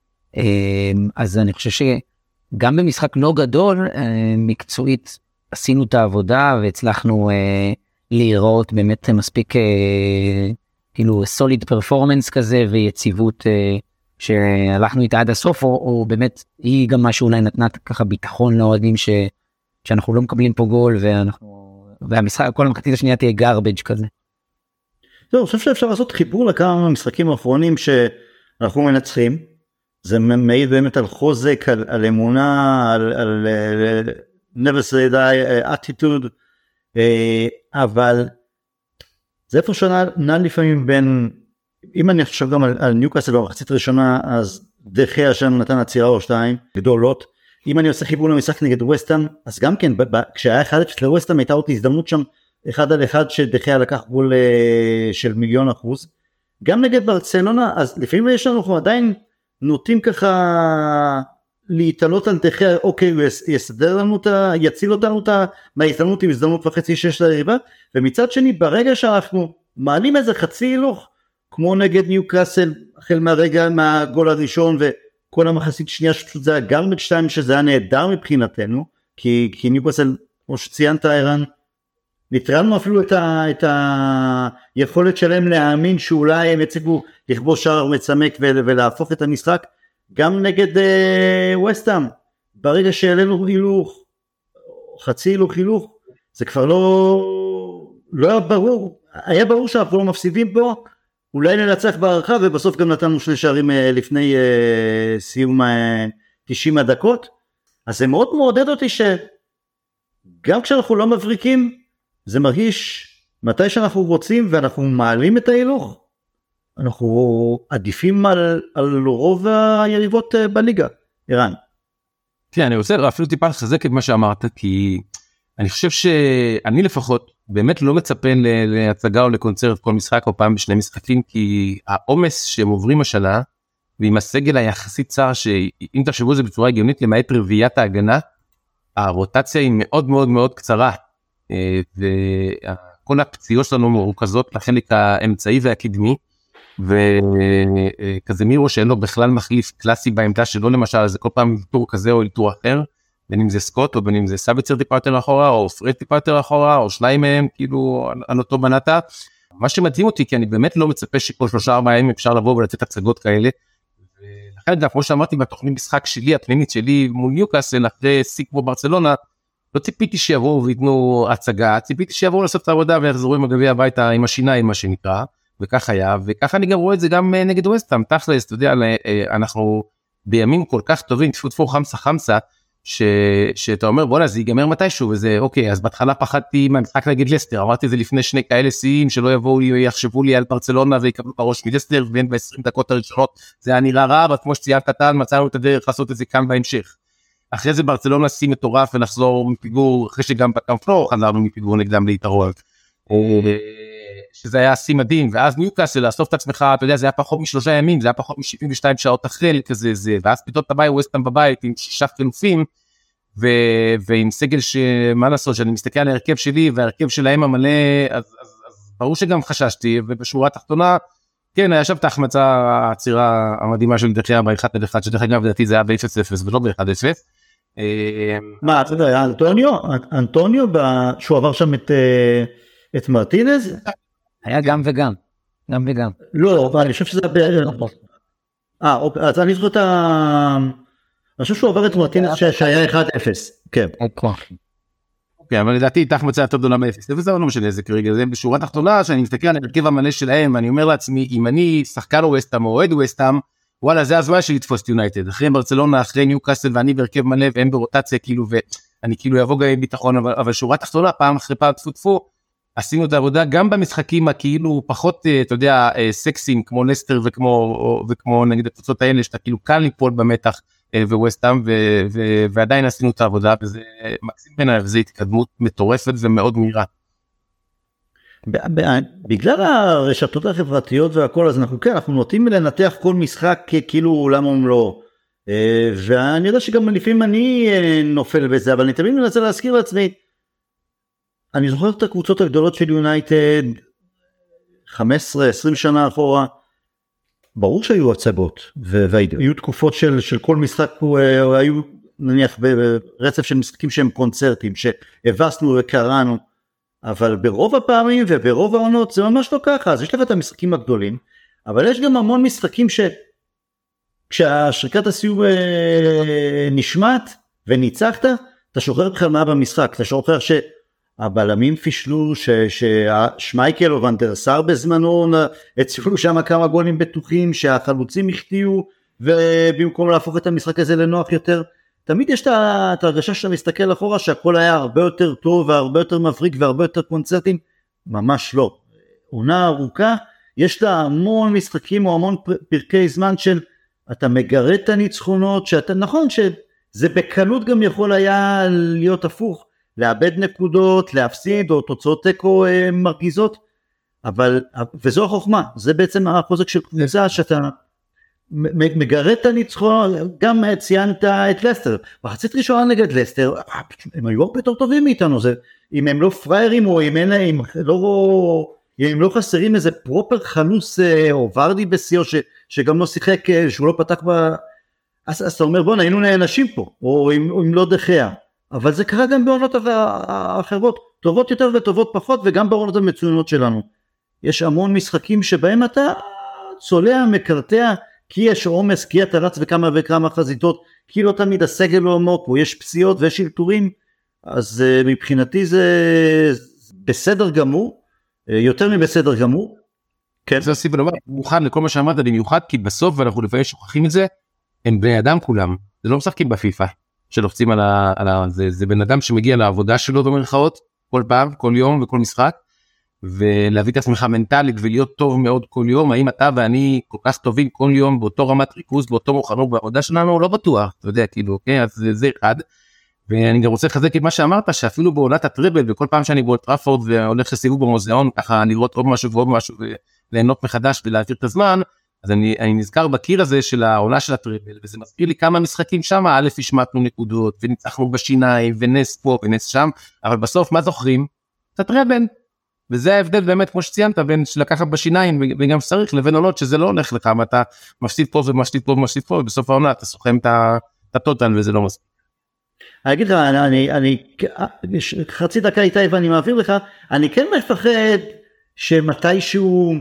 S2: אז אני חושב שגם במשחק לא גדול, מקצועית עשינו את העבודה והצלחנו להיראות באמת מספיק כאילו סוליד פרפורמנס כזה ויציבות שהלכנו איתה עד הסוף, או, או באמת היא גם משהו אולי נתנה ככה ביטחון לאוהדים ש, שאנחנו לא מקבלים פה גול ואנחנו, והמשחק, כל המחצית השנייה תהיה גרבג' כזה.
S1: טוב, אני חושב שאפשר לעשות חיבור לכמה משחקים האחרונים שאנחנו מנצחים, זה מעיד באמת על חוזק, על, על אמונה, על, על never say die attitude, אבל זה איפה שונה לפעמים בין, אם אני חושב גם על, על ניוקאסל במחצית הראשונה, אז דחיה שם נתן עצירה או שתיים גדולות, אם אני עושה חיבור למשחק נגד ווסטהאם, אז גם כן, ב- ב- כשהיה אחד אפס לווסטהאם הייתה עוד הזדמנות שם, אחד על אחד שדחיה לקח גול uh, של מיליון אחוז, גם נגד ברצלונה, אז לפעמים יש לנו, אנחנו עדיין נוטים ככה להתעלות על דחיה, אוקיי, הוא יסדר לנו את ה... יציל אותנו את ה... מההזדמנות עם הזדמנות וחצי שש ליריבה, ומצד שני, ברגע שאנחנו מעלים איזה חצי הילוך, כמו נגד ניוקאסל, החל מהרגע מהגול הראשון, וכל המחצית שנייה שפשוט זה היה גרבג' שתיים, שזה היה נהדר מבחינתנו, כי, כי ניוקאסל, כמו שציינת ערן, נטרלנו אפילו את, ה, את היכולת שלהם להאמין שאולי הם יצליחו לכבוש שער מצמק ולהפוך את המשחק, גם נגד ווסטהאם, ברגע שהעלינו הילוך, חצי הילוך הילוך, זה כבר לא, לא היה ברור, היה ברור שאנחנו לא מפסידים פה, אולי ננצח בהערכה, ובסוף גם נתנו שני שערים לפני סיום תשעים הדקות, אז זה מאוד מעודד אותי שגם כשאנחנו לא מבריקים, זה מרגיש מתי שאנחנו רוצים ואנחנו מעלים את ההילוך, אנחנו עדיפים על, על רוב היריבות בליגה. ערן.
S3: כן, אני רוצה אפילו טיפה לחזק את מה שאמרת, כי אני חושב שאני לפחות באמת לא מצפה להצגה או לקונצרט כל משחק או פעם בשני משחקים, כי העומס שהם עוברים השנה, ועם הסגל היחסית צר, שאם תחשבו זה בצורה הגיונית, למעט רביעיית ההגנה, הרוטציה היא מאוד מאוד מאוד קצרה, וכל הפציעות שלנו מרוכזות לחלק האמצעי והקדמי, וקזמירו שאין לו בכלל מחליף קלאסי בעמדה שלו, למשל זה כל פעם איתור כזה או איתור אחר, בין אם זה סקוט או בין אם זה סאביצר טיפה יותר אחורה או פרד טיפה יותר אחורה או שניים מהם כאילו על אותו בנתה. מה שמדהים אותי, כי אני באמת לא מצפה שכל שלושה ארבעה ימים אפשר לבוא ולתת הצגות כאלה, ולכן כמו שאמרתי בתוכנית משחק שלי, הפנימית שלי מול ניוקאסל אחרי סיק כמו ברצלונה, לא ציפיתי שיבואו ויתנו הצגה, ציפיתי שיבואו לעשות את העבודה ויחזרו עם הגביע הביתה עם השיניים מה שנקרא, וכך היה, וככה אני גם רואה את זה גם נגד ווסטהאם, תכלס, אתה יודע, אנחנו בימים כל כך טובים, תפו תפו חמסה חמסה, ש, שאתה אומר בוא נה זה ייגמר מתישהו וזה אוקיי אז בהתחלה פחדתי מהמשחק נגד לסטר אמרתי זה לפני שני כאלה שיאים שלא יבואו לי יחשבו לי על ברצלונה ויקבלו בראש מלסטר ואין ב-עשרים דקות הראשונות זה היה נראה רע אבל כמו שציינת קטן מצאנו את הדרך לעשות את זה כאן בהמשך. אחרי זה ברצלונה שיא מטורף ולחזור מפיגור אחרי שגם בקמפנור חזרנו מפיגור נגדם ליתרון שזה היה שיא מדהים ואז ניוקאסל לאסוף את עצמך אתה יודע זה היה פחות משלושה ימים זה היה פחות מ-שבעים ושתיים שעות אחרי כזה זה ואז פתאום אתה בא ווסטהאם בבית עם שישה חילופים ו... ועם סגל שמה לעשות שאני מסתכל על ההרכב שלי וההרכב שלהם המלא אז, אז, אז ברור שגם חששתי ובשורה התחתונה כן היה שם את ההחמצה העצירה המדהימה של דחיה ב-אחד נגד אחד שדרך אגב לדעתי זה היה ב-אפס אפס ולא ב-אחד אפס.
S1: מה אתה יודע אנטוניו אנטוניו שהוא עבר שם את את מרטינז
S2: היה גם וגם, גם וגם.
S1: לא, אבל אני חושב שזה היה נכון. אה, אז אני זוכר את ה... אני חושב שהוא עבר את מרטינס שהיה אחד אפס. כן.
S3: אוקיי, אבל לדעתי איתך מצא יותר גדולה מ-אפס. וזה לא משנה, זה כרגע, זה בשורה תחתונה, שאני מסתכל על הרכב המלא שלהם, אני אומר לעצמי, אם אני שחקן ווסטהאם או אוהד ווסטהאם, וואלה, זה הזמן שלי לתפוס יונייטד. אחרי ברצלונה, אחרי ניוקאסל, ואני בהרכב מלא, והם ברוטציה, כאילו, ואני כאילו יבוא גם ביטחון, אבל שורה תחתונה, פעם אחרי פעם תפו עשינו את העבודה גם במשחקים הכאילו פחות, אתה יודע, סקסים כמו לסטר וכמו, וכמו נגד הקבוצות האלה, שאתה כאילו קל ליפול במתח וווסטהאם, ועדיין עשינו את העבודה, וזה מקסים בעיניי, וזה התקדמות מטורפת ומאוד מהירה.
S1: בגלל הרשתות החברתיות והכל, אז אנחנו כן, אנחנו נוטים לנתח כל משחק כאילו עולם ומלואו, ואני יודע שגם לפעמים אני נופל בזה, אבל אני תמיד מנסה להזכיר לעצמי, אני זוכר את הקבוצות הגדולות של יונייטד, חמש עשרה עשרים שנה אחורה, ברור שהיו הצגות, והיו תקופות של, של כל משחק, היו נניח ברצף של משחקים שהם קונצרטים, שהבסנו וקראנו, אבל ברוב הפעמים וברוב העונות זה ממש לא ככה, אז יש לך את המשחקים הגדולים, אבל יש גם המון משחקים ש... כשהשריקת הסיום נשמעת וניצחת, אתה שוחרר בכלל מה במשחק, אתה שוחרר ש... הבלמים פישלו, ששמייקל או ונדרסר בזמנו, הצפלו שם כמה גולים בטוחים, שהחלוצים החטיאו, ובמקום להפוך את המשחק הזה לנוח יותר, תמיד יש את הרגשה שאתה מסתכל אחורה, שהכל היה הרבה יותר טוב, והרבה יותר מבריק, והרבה יותר קונצרטים, ממש לא. עונה ארוכה, יש לה המון משחקים, או המון פרקי זמן של, אתה מגרד את הניצחונות, שאתה, נכון שזה בקלות גם יכול היה להיות הפוך, לאבד נקודות, להפסיד, או תוצאות תיקו מרגיזות, אבל, וזו החוכמה, זה בעצם החוזק של קבוצה, שאתה מגרד את הניצחון, גם ציינת את לסטר, בחצית ראשונה נגד לסטר, הם היו הרבה יותר טובים מאיתנו, זה, אם הם לא פריירים, או אם אין להם, לא, אם הם לא חסרים איזה פרופר חלוס, או ורדי בסיו, ש, שגם לא שיחק, שהוא לא פתח ב... אז, אז אתה אומר, בוא, היינו נאנשים פה, או אם, או אם לא דחיה, אבל זה קרה גם בעונות האחרות, טובות יותר וטובות פחות, וגם בעונות המצוינות שלנו. יש המון משחקים שבהם אתה צולע, מקרטע, כי יש עומס, כי אתה רץ וכמה וכמה חזיתות, כי לא תמיד הסגל לא עמוק, או יש פציעות ויש אלתורים, אז מבחינתי זה בסדר גמור, יותר מבסדר גמור.
S3: כן. זה הסיבה לומר, מוכן לכל מה שאמרת, במיוחד, כי בסוף, ואנחנו לפעמים שוכחים את זה, הם בני אדם כולם, זה לא משחקים בפיפה. שלוחצים על ה... על ה זה, זה בן אדם שמגיע לעבודה שלו במרכאות, כל פעם, כל יום וכל משחק, ולהביא את עצמך מנטלית ולהיות טוב מאוד כל יום, האם אתה ואני כל כך טובים כל יום באותו רמת ריכוז, באותו מוכנות בעבודה שלנו, לא בטוח, אתה יודע, כאילו, אוקיי, אז זה, זה אחד, ואני גם רוצה לחזק את מה שאמרת, שאפילו בעונת הטריבל, וכל פעם שאני בולט טראפורד והולך לסיבוב במוזיאון, ככה לראות עוד משהו ועוד משהו, וליהנות מחדש ולהעביר את הזמן, אז אני, אני נזכר בקיר הזה של העונה של הטריבל, וזה מזכיר לי כמה משחקים שם, א' השמטנו נקודות, וניצחנו בשיניים, ונס פה, ונס שם, אבל בסוף מה זוכרים? את הטריבל. וזה ההבדל באמת, כמו שציינת, בין שלקחת בשיניים, וגם שצריך, לבין עונות שזה לא הולך לך, אתה מפסיד פה ומשתיד פה ומשתיד פה, ובסוף העונה אתה סוכם את הטוטל, וזה לא מספיק.
S1: אני אגיד לך, אני, אני, חצי דקה איתי ואני מעביר לך, אני כן מפחד שמתישהו,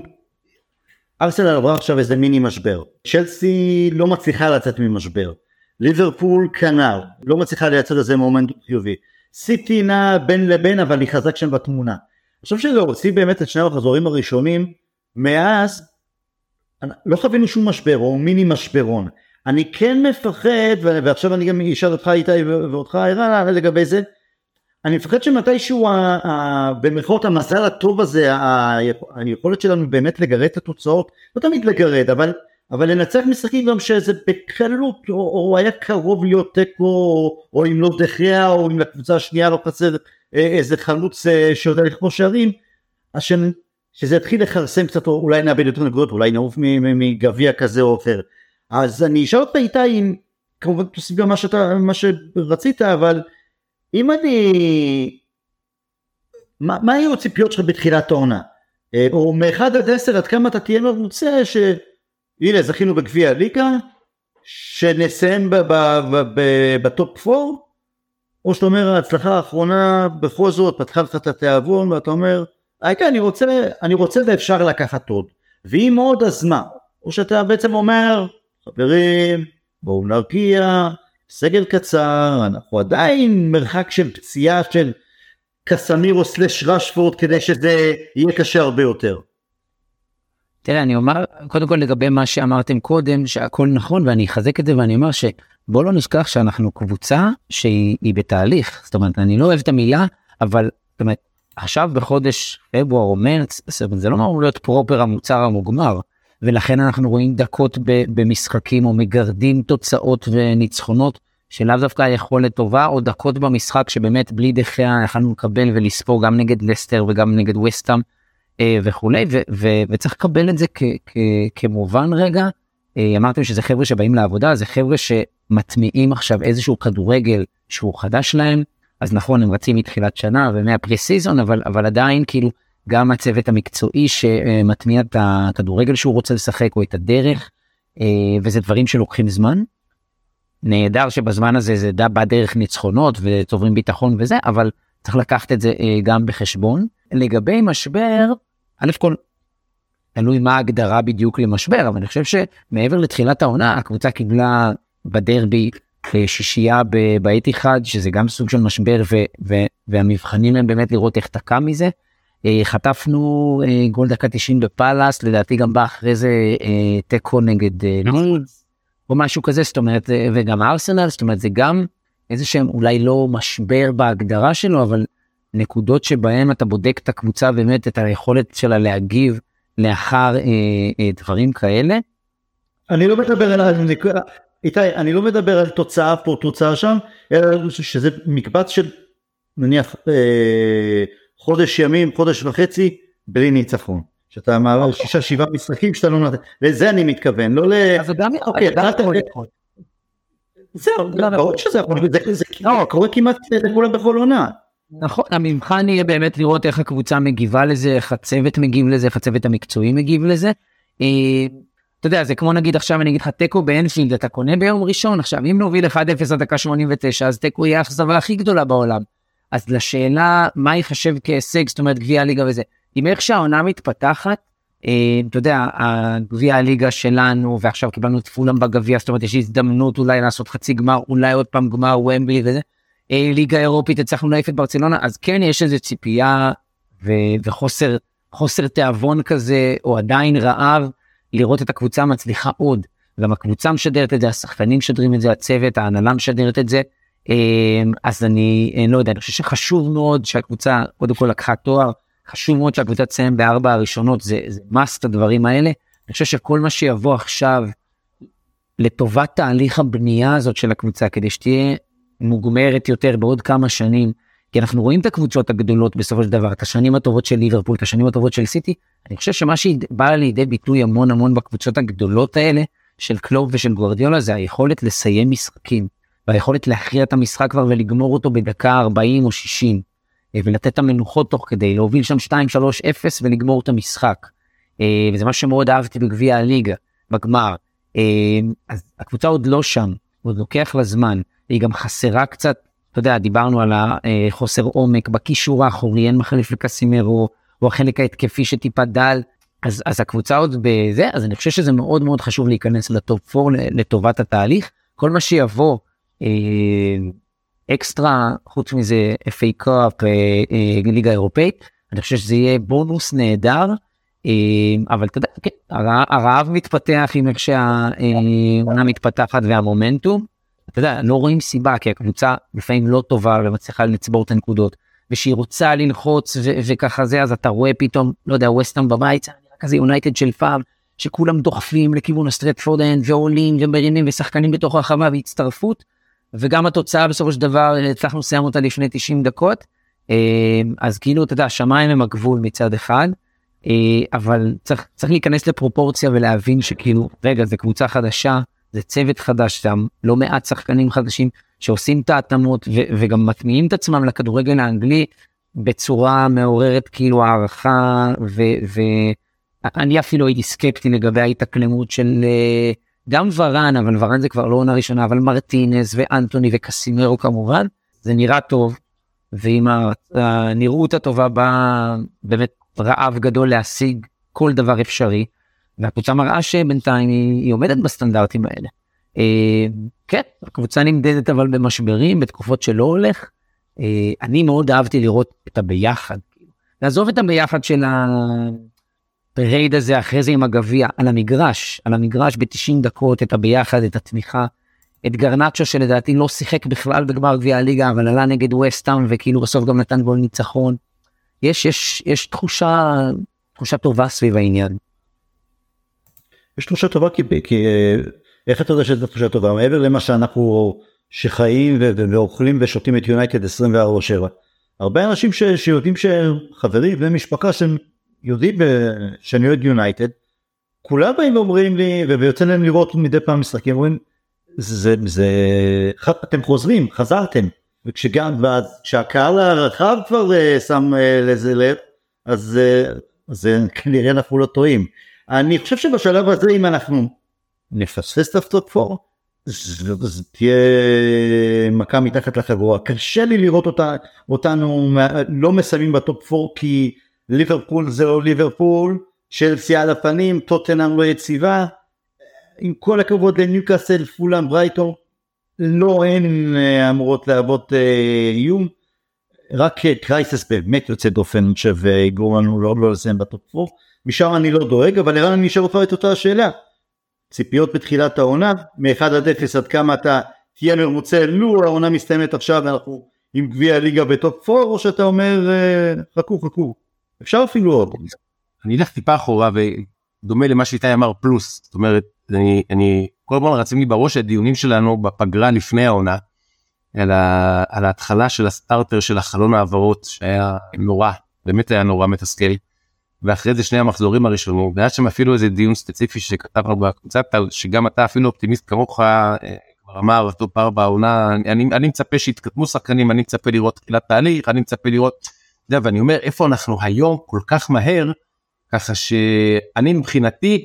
S1: ארסנל עברה עכשיו איזה מיני משבר, צ'לסי לא מצליחה לצאת ממשבר, ליברפול כנ"ל, לא מצליחה לייצר איזה מומנט חיובי, סיטי נע בין לבין אבל היא חזק שם בתמונה, אני חושב שלהוציא באמת את שני החזורים הראשונים, מאז לא חווינו שום משבר או מיני משברון, אני כן מפחד, ועכשיו אני גם אשאל אותך איתי ואותך ערן לגבי זה, אני מפחד שמתישהו במרכאות המזל הטוב הזה, היכולת שלנו באמת לגרד את התוצאות, לא תמיד לגרד, אבל אבל לנצח משחקים גם שזה בקלות, או, או היה קרוב להיות תיקו, או, או אם לא דחיה, או אם לקבוצה השנייה לא חסר איזה חלוץ שיודע לכבוש שערים, אז ש, שזה יתחיל לחרסם קצת, או אולי נאבד יותר נקודות, אולי נעוף מגביע כזה או אחר. אז אני אשאל אותך איתי, אם כמובן תוסיף גם מה, שאתה, מה שרצית, אבל אם אני, מה, מה היו הציפיות שלך בתחילת העונה? או מאחד עד עשר, עד כמה אתה תהיה מרוצה ש... הנה, זכינו בגביע הליגה, שנסיים בטופ פור, או שאתה אומר, ההצלחה האחרונה בכל זאת, פתחה לך את התיאבון, ואתה אומר, אייקה, אני רוצה, אני רוצה ואפשר לקחת עוד. ואם עוד, אז מה? או שאתה בעצם אומר, חברים, בואו נרגיע, סגל קצר, אנחנו עדיין מרחק של פציעה של קסמירו סלש רשפורד, כדי שזה יהיה קשה הרבה יותר.
S2: תראה, אני אומר, קודם כל לגבי מה שאמרתם קודם, שהכל נכון, ואני אחזק את זה, ואני אומר שבוא לא נשכח שאנחנו קבוצה שהיא בתהליך, זאת אומרת, אני לא אוהב את המילה, אבל, זאת אומרת, עכשיו בחודש פברואר או מרץ, זה לא אמור להיות פרופר המוצר המוגמר, ולכן אנחנו רואים דקות במשחקים, או מגרדים תוצאות וניצחונות, שלאו דווקא יכולת טובה, או דקות במשחק שבאמת בלי דחיה יכולנו לקבל ולספור גם נגד לסטר וגם נגד וסטהאם, וכולי, וצריך לקבל את זה כמובן רגע. אמרתם שזה חבר'ה שבאים לעבודה, זה חבר'ה שמטמיעים עכשיו איזשהו כדורגל שהוא חדש להם, אז נכון, הם רצים מתחילת שנה ומהפרי סיזון, אבל, אבל עדיין כאילו גם הצוות המקצועי שמטמיע את הכדורגל שהוא רוצה לשחק, או את הדרך, וזה דברים שלוקחים זמן. נהדר שבזמן הזה זה בא דרך ניצחונות וצוברים ביטחון וזה, אבל צריך לקחת את זה גם בחשבון. לגבי משבר, א' כל, תלוי מה ההגדרה בדיוק למשבר, אבל אני חושב שמעבר לתחילת העונה, הקבוצה קיבלה בדרבי שישייה בעת אחד, שזה גם סוג של משבר, ו- ו- והמבחנים הם באמת לראות איך תקע מזה. חטפנו גול דקה תשעים בפלאס, לדעתי גם בא אחרי זה טקו נגד נידס, או משהו כזה, זאת אומרת, וגם ארסנל, זאת אומרת, זה גם איזה שהם אולי לא משבר בהגדרה שלו, אבל נקודות שבהם אתה בודק את הקבוצה, באמת את היכולת שלה להגיב לאחר אה, אה, דברים כאלה.
S1: אני לא מדבר על, איתי, אני לא מדבר על תוצאה פה, תוצאה שם, אלא שזה מקבץ של נניח אה, חודש ימים, חודש וחצי, בלי ניצחון. שאתה מעבר שישה, שבעה משחקים שאתה לא נותן, לזה אני מתכוון, לא ל...
S2: אז גם יכול לקרות.
S1: זהו, ברור שזה יכול, זה קורה כמעט לכולם בכל עונה.
S2: נכון, המבחן יהיה באמת לראות איך הקבוצה מגיבה לזה, איך הצוות מגיב לזה, איך הצוות המקצועי מגיב לזה. אתה יודע, זה כמו נגיד עכשיו אני אגיד לך, טקו באנפילד, אתה קונה ביום ראשון, עכשיו אם נוביל אחד אפס עד דקה שמונים ותשע, אז טקו יהיה האכזבה הכי גדולה בעולם. אז לשאלה, מה יחשב כהישג, זאת אומרת גביע הליגה וזה, אם איך שהעונה מתפתחת, אתה יודע, גביע הליגה שלנו, ועכשיו קיבלנו את פולאם בגביע, זאת אומרת יש הזדמנות אולי לעשות חצי גמר, אולי עוד פעם גמר ומבלי וזה, ליגה אירופית, הצלחנו להעיף את ברצלונה, אז כן יש איזו ציפייה ו- וחוסר חוסר תיאבון כזה, או עדיין רעב, לראות את הקבוצה מצליחה עוד. גם הקבוצה משדרת את זה, השחקנים משדרים את זה, הצוות, ההנהלה משדרת את זה, אז אני לא יודע, אני חושב שחשוב מאוד שהקבוצה, קודם כל לקחה תואר, חשוב מאוד שהקבוצה תסיים בארבע הראשונות, זה, זה מאסט הדברים האלה, אני חושב שכל מה שיבוא עכשיו, לטובת תהליך הבנייה הזאת של הקבוצה, כדי שתהיה מוגמרת יותר בעוד כמה שנים, כי אנחנו רואים את הקבוצות הגדולות בסופו של דבר, את השנים הטובות של ליברפול, את השנים הטובות של סיטי, אני חושב שמה שבא לידי ביטוי המון המון בקבוצות הגדולות האלה, של קלופ ושל גוארדיולה, זה היכולת לסיים משחקים, והיכולת להכריע את המשחק כבר ולגמור אותו בדקה ארבעים או שישים, ולתת את המנוחות תוך כדי, להוביל שם שתיים שלוש אפס ולגמור את המשחק. וזה מה שמאוד אהבתי בגביע הליגה, בגמר. אז הקבוצה עוד לא שם, עוד לוקח לה זמן, היא גם חסרה קצת, אתה יודע, דיברנו על החוסר עומק, בקישור האחורי, אין מחליף לקסימרו, או החלק ההתקפי שטיפה דל, אז, אז הקבוצה עוד בזה, אז אני חושב שזה מאוד מאוד חשוב להיכנס לטופ ארבע לטובת התהליך, כל מה שיבוא, אה, אקסטרה, חוץ מזה אף איי קאפ, אה, אה, ליגה אירופאית, אני חושב שזה יהיה בונוס נהדר, אבל אתה יודע, כן, הרעב מתפתח עם איך שהעונה מתפתחת והמומנטום, אתה יודע, לא רואים סיבה, כי הקבוצה לפעמים לא טובה ומצליחה לצבור את הנקודות, ושהיא רוצה ללחוץ ו- וככה זה, אז אתה רואה פתאום, לא יודע, ווסטהאם בבית, כזה יונייטד של פעם, שכולם דוחפים לכיוון הסטרטפורד אנד, ועולים ומרינים ושחקנים בתוך הרחבה והצטרפות, וגם התוצאה בסופו של דבר, הצלחנו לסיים אותה לפני תשעים דקות, אז כאילו, אתה יודע, השמיים הם הגבול מצד אחד, אבל צריך, צריך להיכנס לפרופורציה ולהבין שכאילו, רגע, זה קבוצה חדשה, זה צוות חדש, שם לא מעט שחקנים חדשים שעושים את ההתאמות ו- וגם מטמיעים את עצמם לכדורגל האנגלי בצורה מעוררת כאילו הערכה, ואני ו- אפילו הייתי סקפטי לגבי ההתאקלמות של גם ורן, אבל ורן זה כבר לא עונה ראשונה, אבל מרטינס ואנטוני וקסימרו כמובן, זה נראה טוב, ועם הנראות הטובה באה באמת רעב גדול להשיג כל דבר אפשרי, והקבוצה מראה שבינתיים היא, היא עומדת בסטנדרטים האלה. אה, כן, הקבוצה נמדדת אבל במשברים, בתקופות שלא הולך. אה, אני מאוד אהבתי לראות את הביחד. לעזוב את הביחד של הפרייד הזה, אחרי זה עם הגביע, על המגרש, על המגרש ב-תשעים דקות, את הביחד, את התמיכה, את גרנצ'ו שלדעתי לא שיחק בכלל בגמר גביע הליגה, אבל עלה נגד ווסטהאם, וכאילו בסוף גם נתן גול ניצחון. יש, יש, יש תחושה, תחושה טובה סביב העניין.
S1: יש תחושה טובה, כי, כי איך אתה יודע שזו תחושה טובה? מעבר למה שאנחנו שחיים ואוכלים ושותים את יונייטד עשרים וארבע שבע. הרבה אנשים ש, שיודעים שחברים ומשפחה שהם יודעים שאני אוהד יונייטד, כולם באים ואומרים לי, ויוצא להם לראות מדי פעם משחקים, אומרים, זה, זה, אתם חוזרים, חזרתם, וכשגם, כשהקהל הרחב כבר שם לזה לב, אז, אז כנראה אנחנו לא טועים. אני חושב שבשלב הזה, אם אנחנו נפספס את הטופ פור, זה תהיה מכה מתחת לחגורה. קשה לי לראות אותה, אותנו לא מסיימים בטופ פור, כי ליברפול זה לא ליברפול, צ'לסי על הפנים, טוטנהאם לא יציבה, עם כל הכבוד לניוקאסל, פולאם, ברייטון, לא הן אמורות להוות איום, רק קרייסס באמת יוצא דופן שיגרום לנו לא, לא לסיים בטופ פור, משם אני לא דואג, אבל ערן אני אשאר אותה את אותה השאלה, ציפיות בתחילת העונה, מ-אחד עד אפס עד כמה אתה תהיה מרמוצה, לו העונה מסתיימת עכשיו, אנחנו עם גביע הליגה בטופ פור, או שאתה אומר, חכו חכו, אפשר אפילו עוד.
S3: אני אלך טיפה אחורה, ודומה למה שאיתי אמר פלוס, זאת אומרת, אני, אני כל פעם רצים לי בראש הדיונים שלנו בפגרה לפני העונה, על, ה, על ההתחלה של הסטארטר של החלון העברות, שהיה נורא, באמת היה נורא מתסכל, ואחרי זה שני המחזורים הראשונים, והיה שם אפילו איזה דיון ספציפי שכתבנו בקבוצה, שגם אתה אפילו אופטימיסט כמוך, כבר אמר, טופ ארבע העונה, אני, אני מצפה שיתקדמו שחקנים, אני מצפה לראות תחילת תהליך, אני מצפה לראות, יודע, ואני אומר, איפה אנחנו היום כל כך מהר, ככה שאני מבחינתי,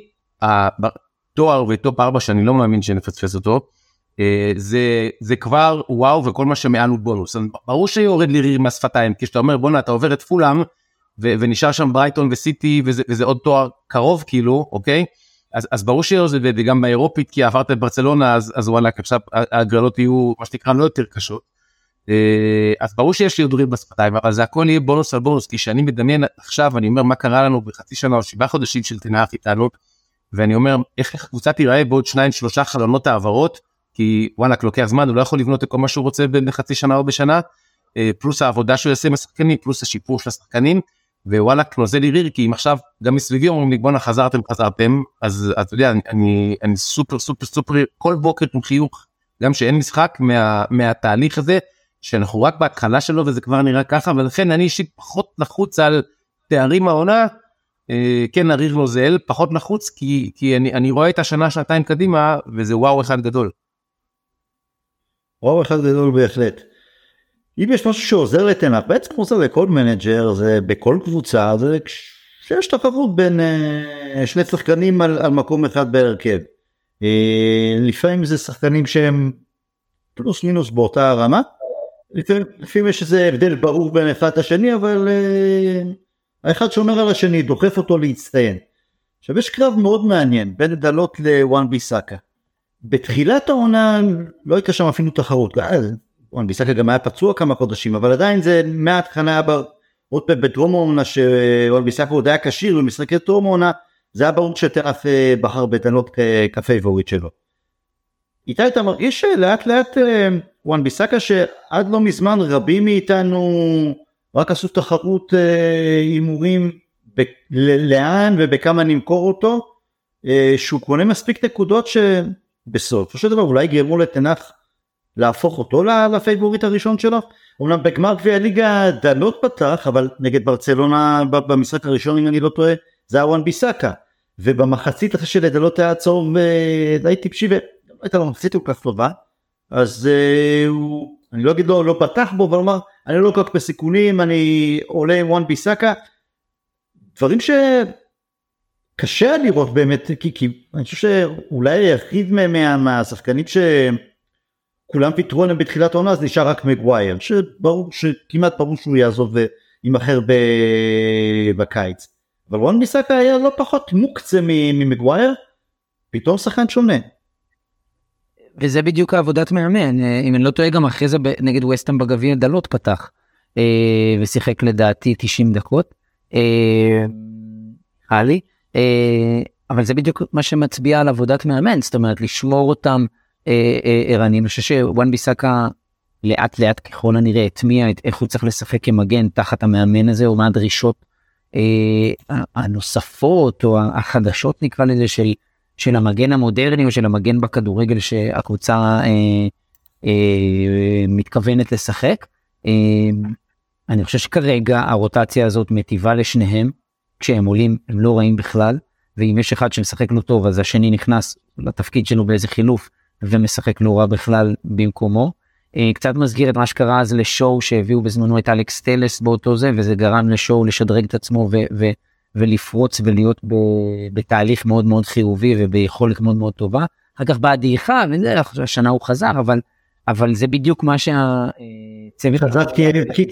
S3: התואר וטופ ארבע שאני לא מאמין שנפספס אותו, זה, זה כבר וואו, וכל מה שמעל הוא בונוס. ברור שיורד לי ריר מהשפתיים, כי שאתה אומר, בונה, אתה עובר את פולאם, ו- ונשאר שם ברייטון וסיטי, וזה, וזה עוד תואר קרוב כאילו, אוקיי? אז, אז ברור שיהיה זה, וגם באירופית, כי עברת את ברצלונה, אז, אז וואלה, עכשיו הגרלות יהיו, מה שתקרא, לא יותר קשות. אז ברור שיש לי עוד ריר בשפתיים, אבל זה הכל יהיה בונוס על בונוס, כי שאני מדמיין עכשיו, אני אומר, מה קרה לנו בחצי שנה או שבעה חודשים של תנאך איתנו, ואני אומר, איך הקבוצה תיראה בעוד שניים, שלושה חלונות העברות, כי וואלה, לוקח זמן, הוא לא יכול לבנות את כל מה שהוא רוצה בחצי שנה או בשנה, פלוס העבודה שהוא יעשה עם השחקנים, פלוס השיפור של השחקנים, ווואלה, נוזל לי ריר, כי אם עכשיו גם מסביבי אומרים לי, בואנה, חזרתם, חזרתם, אז אתה יודע, אני, אני סופר, סופר, סופר, כל בוקר עם חיוך, גם שאין משחק מה, מהתהליך הזה, שאנחנו רק בהתחלה שלו, וזה כבר נראה ככה, ולכן אני אישית פחות לחוץ על תארים העונה, כן, הריר נוזל, פחות לחוץ, כי, כי אני, אני רואה את השנה, שנתיים קדימה, וזה וואו אחד גדול.
S1: וואו אחד גדול בהחלט. אם יש משהו שעוזר לתנח, בעצם עוזר לכל מנג'ר, זה בכל קבוצה, זה שיש תחרות בין אה, שני שחקנים על, על מקום אחד בהרכב. אה, לפעמים זה שחקנים שהם פלוס מינוס באותה הרמה, לפעמים, לפעמים יש איזה הבדל ברור בין אחד השני, אבל אה, האחד שומר על השני, דוחף אותו להצטיין. עכשיו יש קרב מאוד מעניין, בין דלות לוואן ביסאקה. בתחילת העונה לא הייתה שם אפילו תחרות, וואן ביסאקה גם היה פצוע כמה חודשים, אבל עדיין זה מההתחלה עוד פעם בטרום העונה שוואן ביסאקה עוד היה קשיר במשחקי טרום העונה, זה היה ברור שטרף בחר בדלות כפייבוריט שלו. איתי, אתה מרגיש לאט לאט וואן ביסאקה שעד לא מזמן רבים מאיתנו רק עשו תחרות הימורים לאן ובכמה נמכור אותו, שהוא קונה מספיק נקודות שבסוף של דבר אולי גרמו לתנח להפוך אותו לפייבוריט הראשון שלו. אומנם בגמר גביע הליגה דלות פתח, אבל נגד ברצלונה במשחק הראשון אם אני לא טועה זה היה וואן ביסאקה, ובמחצית אחרי שלדלות היה צהוב די טיפשי והייתה לו מחצית כל כך טובה, אז הוא, אני לא אגיד לו לא פתח בו, אבל אומר אני לא כל כך בסיכונים, אני עולה עם וואן ביסאקה, דברים שקשה לראות באמת, כי, כי אני חושב שאולי היחיד מה, מהשחקנים שכולם פיתרו עליהם בתחילת העונה, אז נשאר רק מגווייר, שברור, שכמעט ברור שהוא יעזוב וימחר בקיץ. אבל וואן ביסאקה היה לא פחות מוקצה ממגווייר, פתאום שחקן שונה.
S2: וזה בדיוק העבודת מאמן, אם אני לא טועה גם אחרי זה נגד ווסטהאם בגביע דלות פתח, ושיחק לדעתי תשעים דקות, חלי, אבל זה בדיוק מה שמצביע על עבודת מאמן, זאת אומרת לשמור אותם ערנים. אני חושב שוואן ביסאקה לאט לאט ככל הנראה הטמיע את איך הוא צריך לשחק כמגן תחת המאמן הזה, או מה הדרישות הנוספות או החדשות נקרא לזה של, של המגן המודרני או של המגן בכדורגל שהקבוצה אה, אה, מתכוונת לשחק. אה, אני חושב שכרגע הרוטציה הזאת מטיבה לשניהם, כשהם עולים הם לא רעים בכלל, ואם יש אחד שמשחק לא טוב אז השני נכנס לתפקיד שלו באיזה חילוף ומשחק לא רע בכלל במקומו. קצת מסגיר את מה שקרה אז לשואו שהביאו בזמנו את אלכס טלס באותו זה, וזה גרם לשואו לשדרג את עצמו ו- ו- ולפרוץ ולהיות ב- בתהליך מאוד מאוד חיובי וביכולת מאוד מאוד טובה. אחר כך באה דעיכה, וזה השנה הוא חזר, אבל, אבל זה בדיוק מה שהצוות...
S1: חזר כי...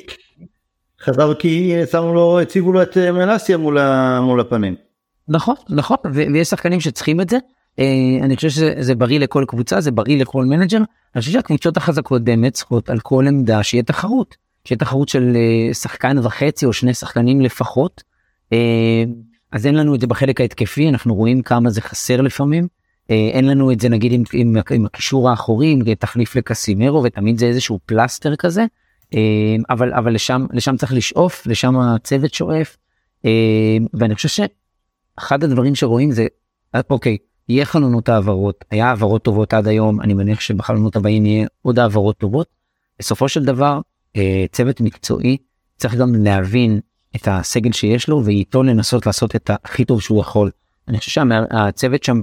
S1: חזר כי שמו לו, הציבו לו את מלאסיה מול, מול הפנים.
S2: נכון, נכון, ו- ויש שחקנים שצריכים את זה. אני חושב שזה בריא לכל קבוצה, זה בריא לכל מנג'ר. אני חושב שהקבוצות החזקות באמת צריכות על כל עמדה שיהיה תחרות, שיהיה תחרות של שחקן וחצי או שני שחקנים לפחות. אז אין לנו את זה בחלק ההתקפי, אנחנו רואים כמה זה חסר לפעמים, אין לנו את זה נגיד עם, עם, עם הקישור האחורי, עם תחליף לקסימרו, ותמיד זה איזשהו פלסטר כזה, אבל, אבל לשם, לשם צריך לשאוף, לשם הצוות שואף, ואני חושב שאחד הדברים שרואים זה, אוקיי, יהיה חלונות העברות, היה העברות טובות עד היום, אני מניח שבחלונות הבאים יהיה עוד העברות טובות. בסופו של דבר, צוות מקצועי צריך גם להבין את הסגל שיש לו, ואיתו לנסות לעשות את הכי טוב שהוא יכול. אני חושב שהצוות שם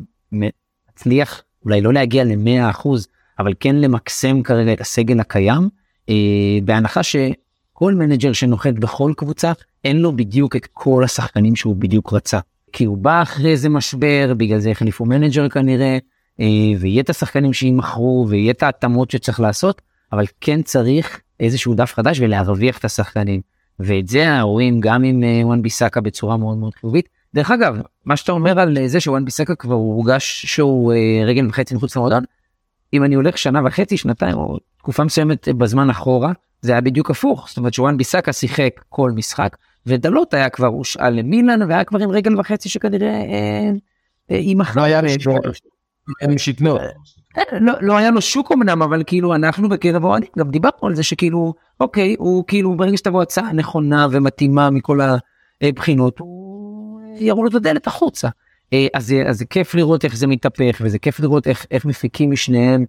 S2: מצליח אולי לא להגיע ל-מאה אחוז, אבל כן למקסם כרגע את הסגל הקיים, בהנחה שכל מנג'ר שנוחת בכל קבוצה, אין לו בדיוק את כל השחקנים שהוא בדיוק רצה. כי הוא בא אחרי איזה משבר, בגלל זה החליפו מנג'ר כנראה, ויהיה את השחקנים שימחרו, ויהיה את ההתאמות שצריך לעשות, אבל כן צריך איזשהו דף חדש ולהרוויח את השחקנים. ואת זה רואים גם עם וואן ביסאקה בצורה מאוד מאוד חיובית. דרך אגב, מה שאתה אומר על זה שוואן ביסאקה כבר הורגש שהוא רגל וחצי מחוץ למועדון, אם אני הולך שנה וחצי, שנתיים, או תקופה מסוימת בזמן אחורה, זה היה בדיוק הפוך. זאת אומרת שוואן ביסאקה שיחק כל משחק, ודלות היה כבר הושאל למילאן, והיה כבר עם רגל וחצי שכנראה היא מחר.
S3: לא היה עם שכנות.
S2: לא היה לו שוק אמנם, אבל כאילו אנחנו בקרב האוהדים גם דיברנו על זה שכאילו, אוקיי, הוא כאילו ברגע שתבוא הצעה נכונה ומתאימה מכל הבחינות, הוא יראו לו את הדלת החוצה. אז זה כיף לראות איך זה מתהפך, וזה כיף לראות איך מפיקים משניהם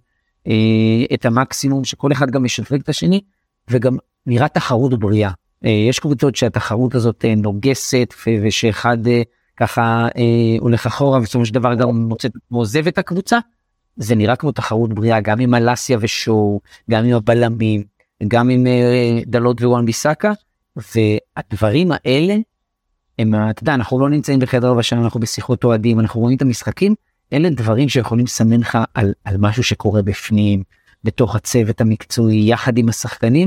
S2: את המקסימום, שכל אחד גם משדרג את השני, וגם נראה תחרות בריאה. יש קבוצות שהתחרות הזאת נוגסת, ושאחד ככה הולך אחורה, ובסופו של דבר גם מוצאת ועוזב את הקבוצה. זה נראה כמו תחרות בריאה, גם עם מלאסיה ושואו, גם עם הבלמים, גם עם דלות ווואן ביסאקה, והדברים האלה, הם, אתה יודע, אנחנו לא נמצאים בחדר ובשנה, אנחנו בשיחות אוהדים, אנחנו רואים את המשחקים, אלה דברים שיכולים לסמן לך על, על משהו שקורה בפנים, בתוך הצוות המקצועי, יחד עם השחקנים,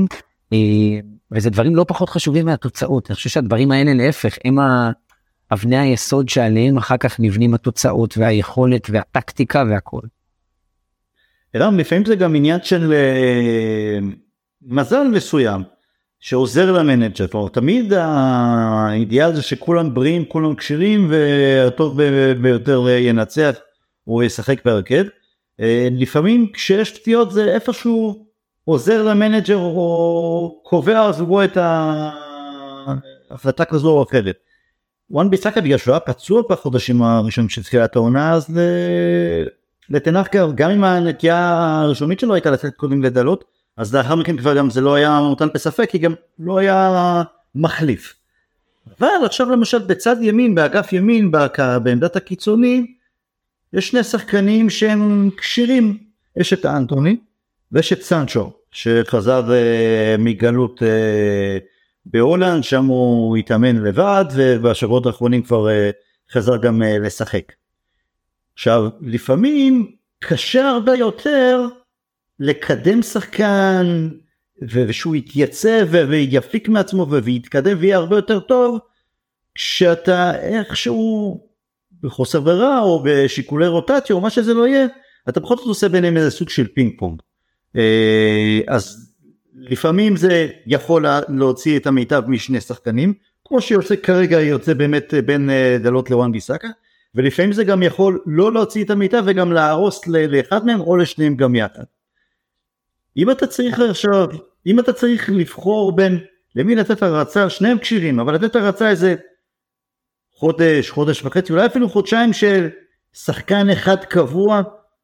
S2: וזה דברים לא פחות חשובים מהתוצאות. אני חושב שהדברים האלה להפך, הם אבני היסוד שעליהם אחר כך נבנים התוצאות והיכולת והטקטיקה והכל.
S1: אלא לפעמים זה גם עניין של מזל מסוים. שעוזר למנג'ר, תמיד האידיאל זה שכולם בריאים, כולם קשירים, והטוב ביותר ינצח, הוא ישחק בהרכב. לפעמים כשיש פתיעות זה איפשהו עוזר למנג'ר, או קובע עזבו את ההחלטה כזו או אחרת. וואן ביסאקה בגלל שהוא היה פצוע בחודשים הראשונים של תחילת העונה, אז לתנח גם עם הנטייה הראשונית שלו הייתה לצאת קודם לדלות, אז לאחר מכן כבר גם זה לא היה מוטל בספק, כי גם לא היה מחליף. אבל עכשיו למשל בצד ימין, באגף ימין, בעמדת הקיצוני, יש שני שחקנים שהם קשירים, יש את אנטוני ויש את סנצ'ו, שחזר uh, מגלות uh, בהולנד, שם הוא התאמן לבד, ובשבועות האחרונים כבר uh, חזר גם uh, לשחק. עכשיו, לפעמים קשה הרבה יותר לקדם שחקן, ושהוא יתייצב ויפיק מעצמו ויתקדם ויהיה הרבה יותר טוב, כשאתה איכשהו בחוסר ברירה או בשיקולי רוטציה או מה שזה לא יהיה, אתה פחות עושה ביניהם איזה סוג של פינג פונג. אז לפעמים זה יכול להוציא את המיטב משני שחקנים, כמו שיוצא כרגע יוצא באמת בין דלות לוואן ביסאקה, ולפעמים זה גם יכול לא להוציא את המיטב וגם להרוס לאחד מהם או לשניהם גם יחד. אם אתה צריך עכשיו, אם אתה צריך לבחור בין למי לתת הרצה, שניהם קשירים, אבל לתת הרצה איזה חודש, חודש וחצי, אולי אפילו חודשיים של שחקן אחד קבוע,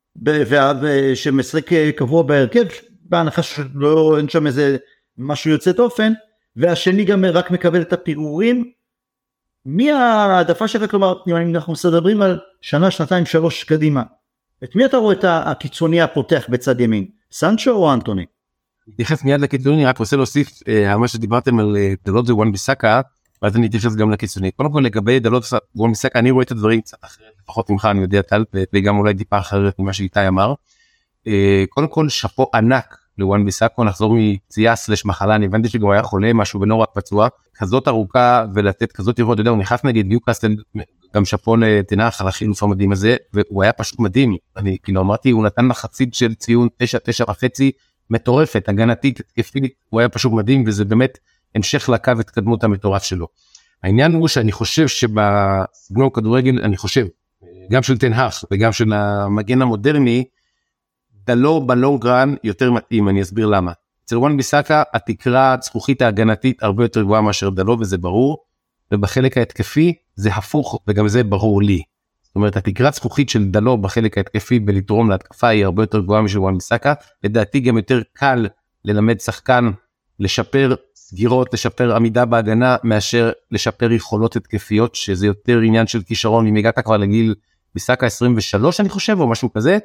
S1: שמשחק קבוע בהרכב, בהנחה שלא אין שם איזה משהו יוצא תופן, והשני גם רק מקבל את הפירורים, מי העדפה שלך? כלומר, אם אנחנו מדברים על שנה, שנתיים, שלוש קדימה, את מי אתה רואה את הקיצוני הפותח בצד ימין? סנצ'ו או אנטוני?
S3: נתייחס מיד לקיצוני, רק רוצה להוסיף על מה שדיברתם על דלות וואן ביסאקה, ואז אני אתייחס גם לקיצוני. קודם כל לגבי דלות וואן ביסאקה, אני רואה את הדברים קצת אחרת, לפחות ממך אני יודע טל, וגם אולי טיפה אחרת ממה שאיתי אמר. קודם כל שפו ענק לוואן ביסאקה, נחזור מפציעה סלש מחלה, אני הבנתי שגם היה חולה משהו ולא רק פצוע, כזאת ארוכה ולתת כזאת ירוד, אתה יודע, הוא נכנס נגד ניוקאסל, גם שפו לתנח על החילוף המדהים הזה, והוא היה פשוט מדהים, אני כאילו אמרתי, הוא נתן מחצית של ציון תשע, תשע וחצי, מטורפת, הגנתית, התקפית, הוא היה פשוט מדהים, וזה באמת המשך לקו התקדמות המטורף שלו. העניין הוא שאני חושב שבסגנון כדורגל, אני חושב, גם של תנח וגם של המגן המודרני, דלו בלונגרן יותר מתאים, אני אסביר למה. אצל וואן ביסאקה, התקרה זכוכית ההגנתית הרבה יותר גבוהה מאשר דלו, וזה ברור, ובחלק ההתקפי זה הפוך, וגם זה ברור לי. זאת אומרת, התקרת זכוכית של דלו בחלק ההתקפי בלתרום להתקפה היא הרבה יותר גבוהה משל וואן ביסאקה, לדעתי גם יותר קל ללמד שחקן לשפר סגירות, לשפר עמידה בהגנה, מאשר לשפר יכולות התקפיות, שזה יותר עניין של כישרון, אם הגעת כבר לגיל ביסאקה עשרים ושלוש אני חושב, או משהו כזה,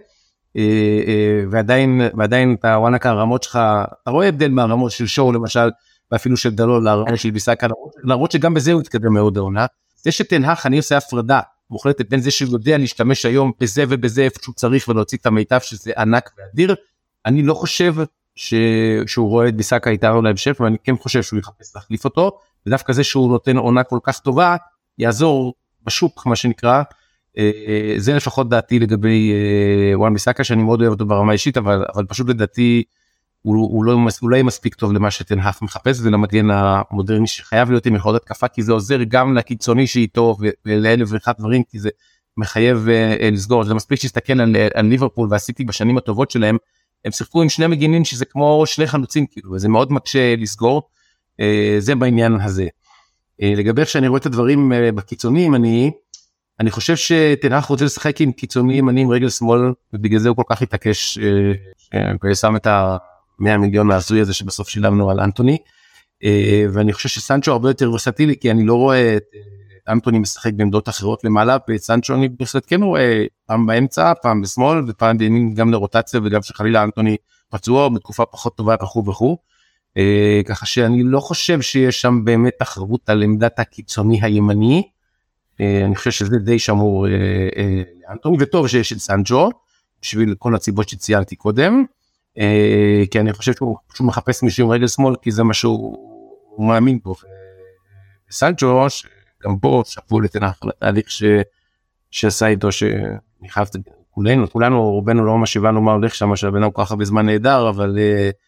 S3: ועדיין, ועדיין אתה וואנקה, הרמות שלך, אתה רואה הבדל מהרמות של שואו למשל, ואפילו של דלו לרמות של ביסאקה, למרות שגם בזה הוא התקדם מאוד העונה. זה שתנח, אני עושה הפרדה מוחלטת בין זה שיודע להשתמש היום בזה ובזה איפה שהוא צריך ולהוציא את המיטב, שזה ענק ואדיר. אני לא חושב ש... שהוא רואה את ביסאקה איתה או להמשך, ואני כן חושב שהוא יחפש להחליף אותו, ודווקא זה שהוא נותן עונה כל כך טובה, יעזור בשוק, מה שנקרא. זה לפחות דעתי לגבי וואן ביסאקה, שאני מאוד אוהב אותו ברמה אישית, אבל, אבל פשוט לדעתי הוא, הוא לא, הוא לא יהיה מספיק טוב למה שתנח מחפש, ולמגן המודרני שחייב להיות עם יכולת התקפה, כי זה עוזר גם לקיצוני שאיתו, ולאלף ואחד דברים, כי זה מחייב לסגור. זה מספיק שיסתכל על, על ליברפול והסיטי בשנים הטובות שלהם, הם שיחקו עם שני מגינים שזה כמו שני חלוצים, כאילו, וזה מאוד מקשה לסגור, זה בעניין הזה. לגבי איך שאני רואה את הדברים בקיצוניים, אני... אני חושב שתנח רוצה לשחק עם קיצוני ימני עם רגל שמאל, ובגלל זה הוא כל כך התעקש, ושם את ה-מאה מיליון מהזוי הזה שבסוף שילמנו על אנטוני, ואני חושב שסנצ'ו הרבה יותר ורסטילי, כי אני לא רואה את אנטוני משחק בעמדות אחרות למעלה, וסנצ'ו אני בהחלט כן רואה פעם באמצע, פעם בשמאל, ופעם בימין גם לרוטציה, וגם שחלילה אנטוני פצוע, בתקופה פחות טובה וכו' וכו', ככה שאני לא חושב שיש שם באמת תחרות על עמדת הקיצוני הימני, אני חושב שזה די שמור לאנטוני, וטוב שיש את סנצ'ו, בשביל כל הציבות שציינתי קודם, כי אני חושב שהוא פשוט מחפש מישהו עם רגל שמאל, כי זה משהו הוא מאמין בו, וסנצ'ו, גם פה שפו לתנח על התהליך שעשה איתו, שאני חייב, כולנו, כולנו, רובנו לא ממש הבנו מה הולך שם, שהבנו ככה בזמן נהדר, אבל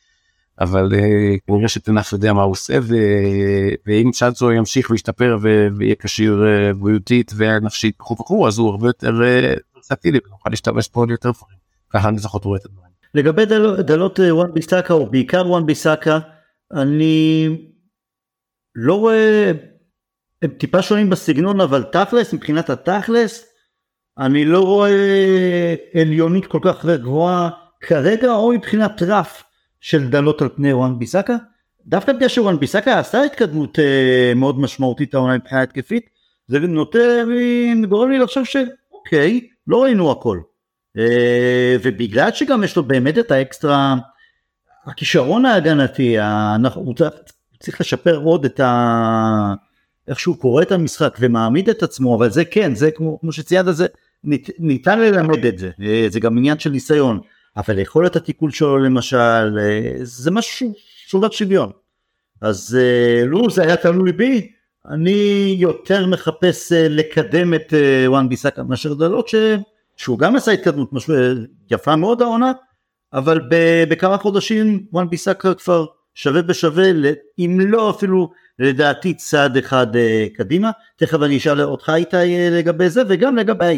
S3: אבל כנראה שתנח יודע מה הוא עושה, ואם צ'אצו ימשיך וישתפר ויהיה כשיר בריאותית ונפשית וכו' וכו', אז הוא הרבה יותר ורסטילי, ונוכל להשתמש פה יותר דברים. ככה אני זוכר רואה את הדברים.
S1: לגבי דלות וואן ביסאקה, או בעיקר וואן ביסאקה, אני לא רואה, הם טיפה שונים בסגנון, אבל תכלס, מבחינת התכלס, אני לא רואה עליונית כל כך גבוהה כרגע, או מבחינת רף של דלות על פני וואן ביסאקה. דווקא בגלל שוואן ביסאקה עשה התקדמות מאוד משמעותית העונה מבחינה התקפית, זה נותן, גורם לי לחשוב שאוקיי, לא ראינו הכל. ובגלל שגם יש לו באמת את האקסטרה, הכישרון ההגנתי, הוא צריך לשפר עוד את ה... איך שהוא קורא את המשחק ומעמיד את עצמו, אבל זה כן, זה כמו, כמו שציינת, זה ניתן ללמד את זה, זה גם עניין של ניסיון, אבל יכולת התיקול שלו למשל, זה משהו שובר שוויון. אז לו זה היה תלוי בי, אני יותר מחפש לקדם את וואן ביסאקה מאשר דלות, שהוא גם עשה התקדמות משהו יפה מאוד העונה, אבל בכמה חודשים וואן ביסאקה כבר שווה בשווה, אם לא אפילו לדעתי צעד אחד קדימה. תכף אני אשאל אותך איתי לגבי זה, וגם לגבי,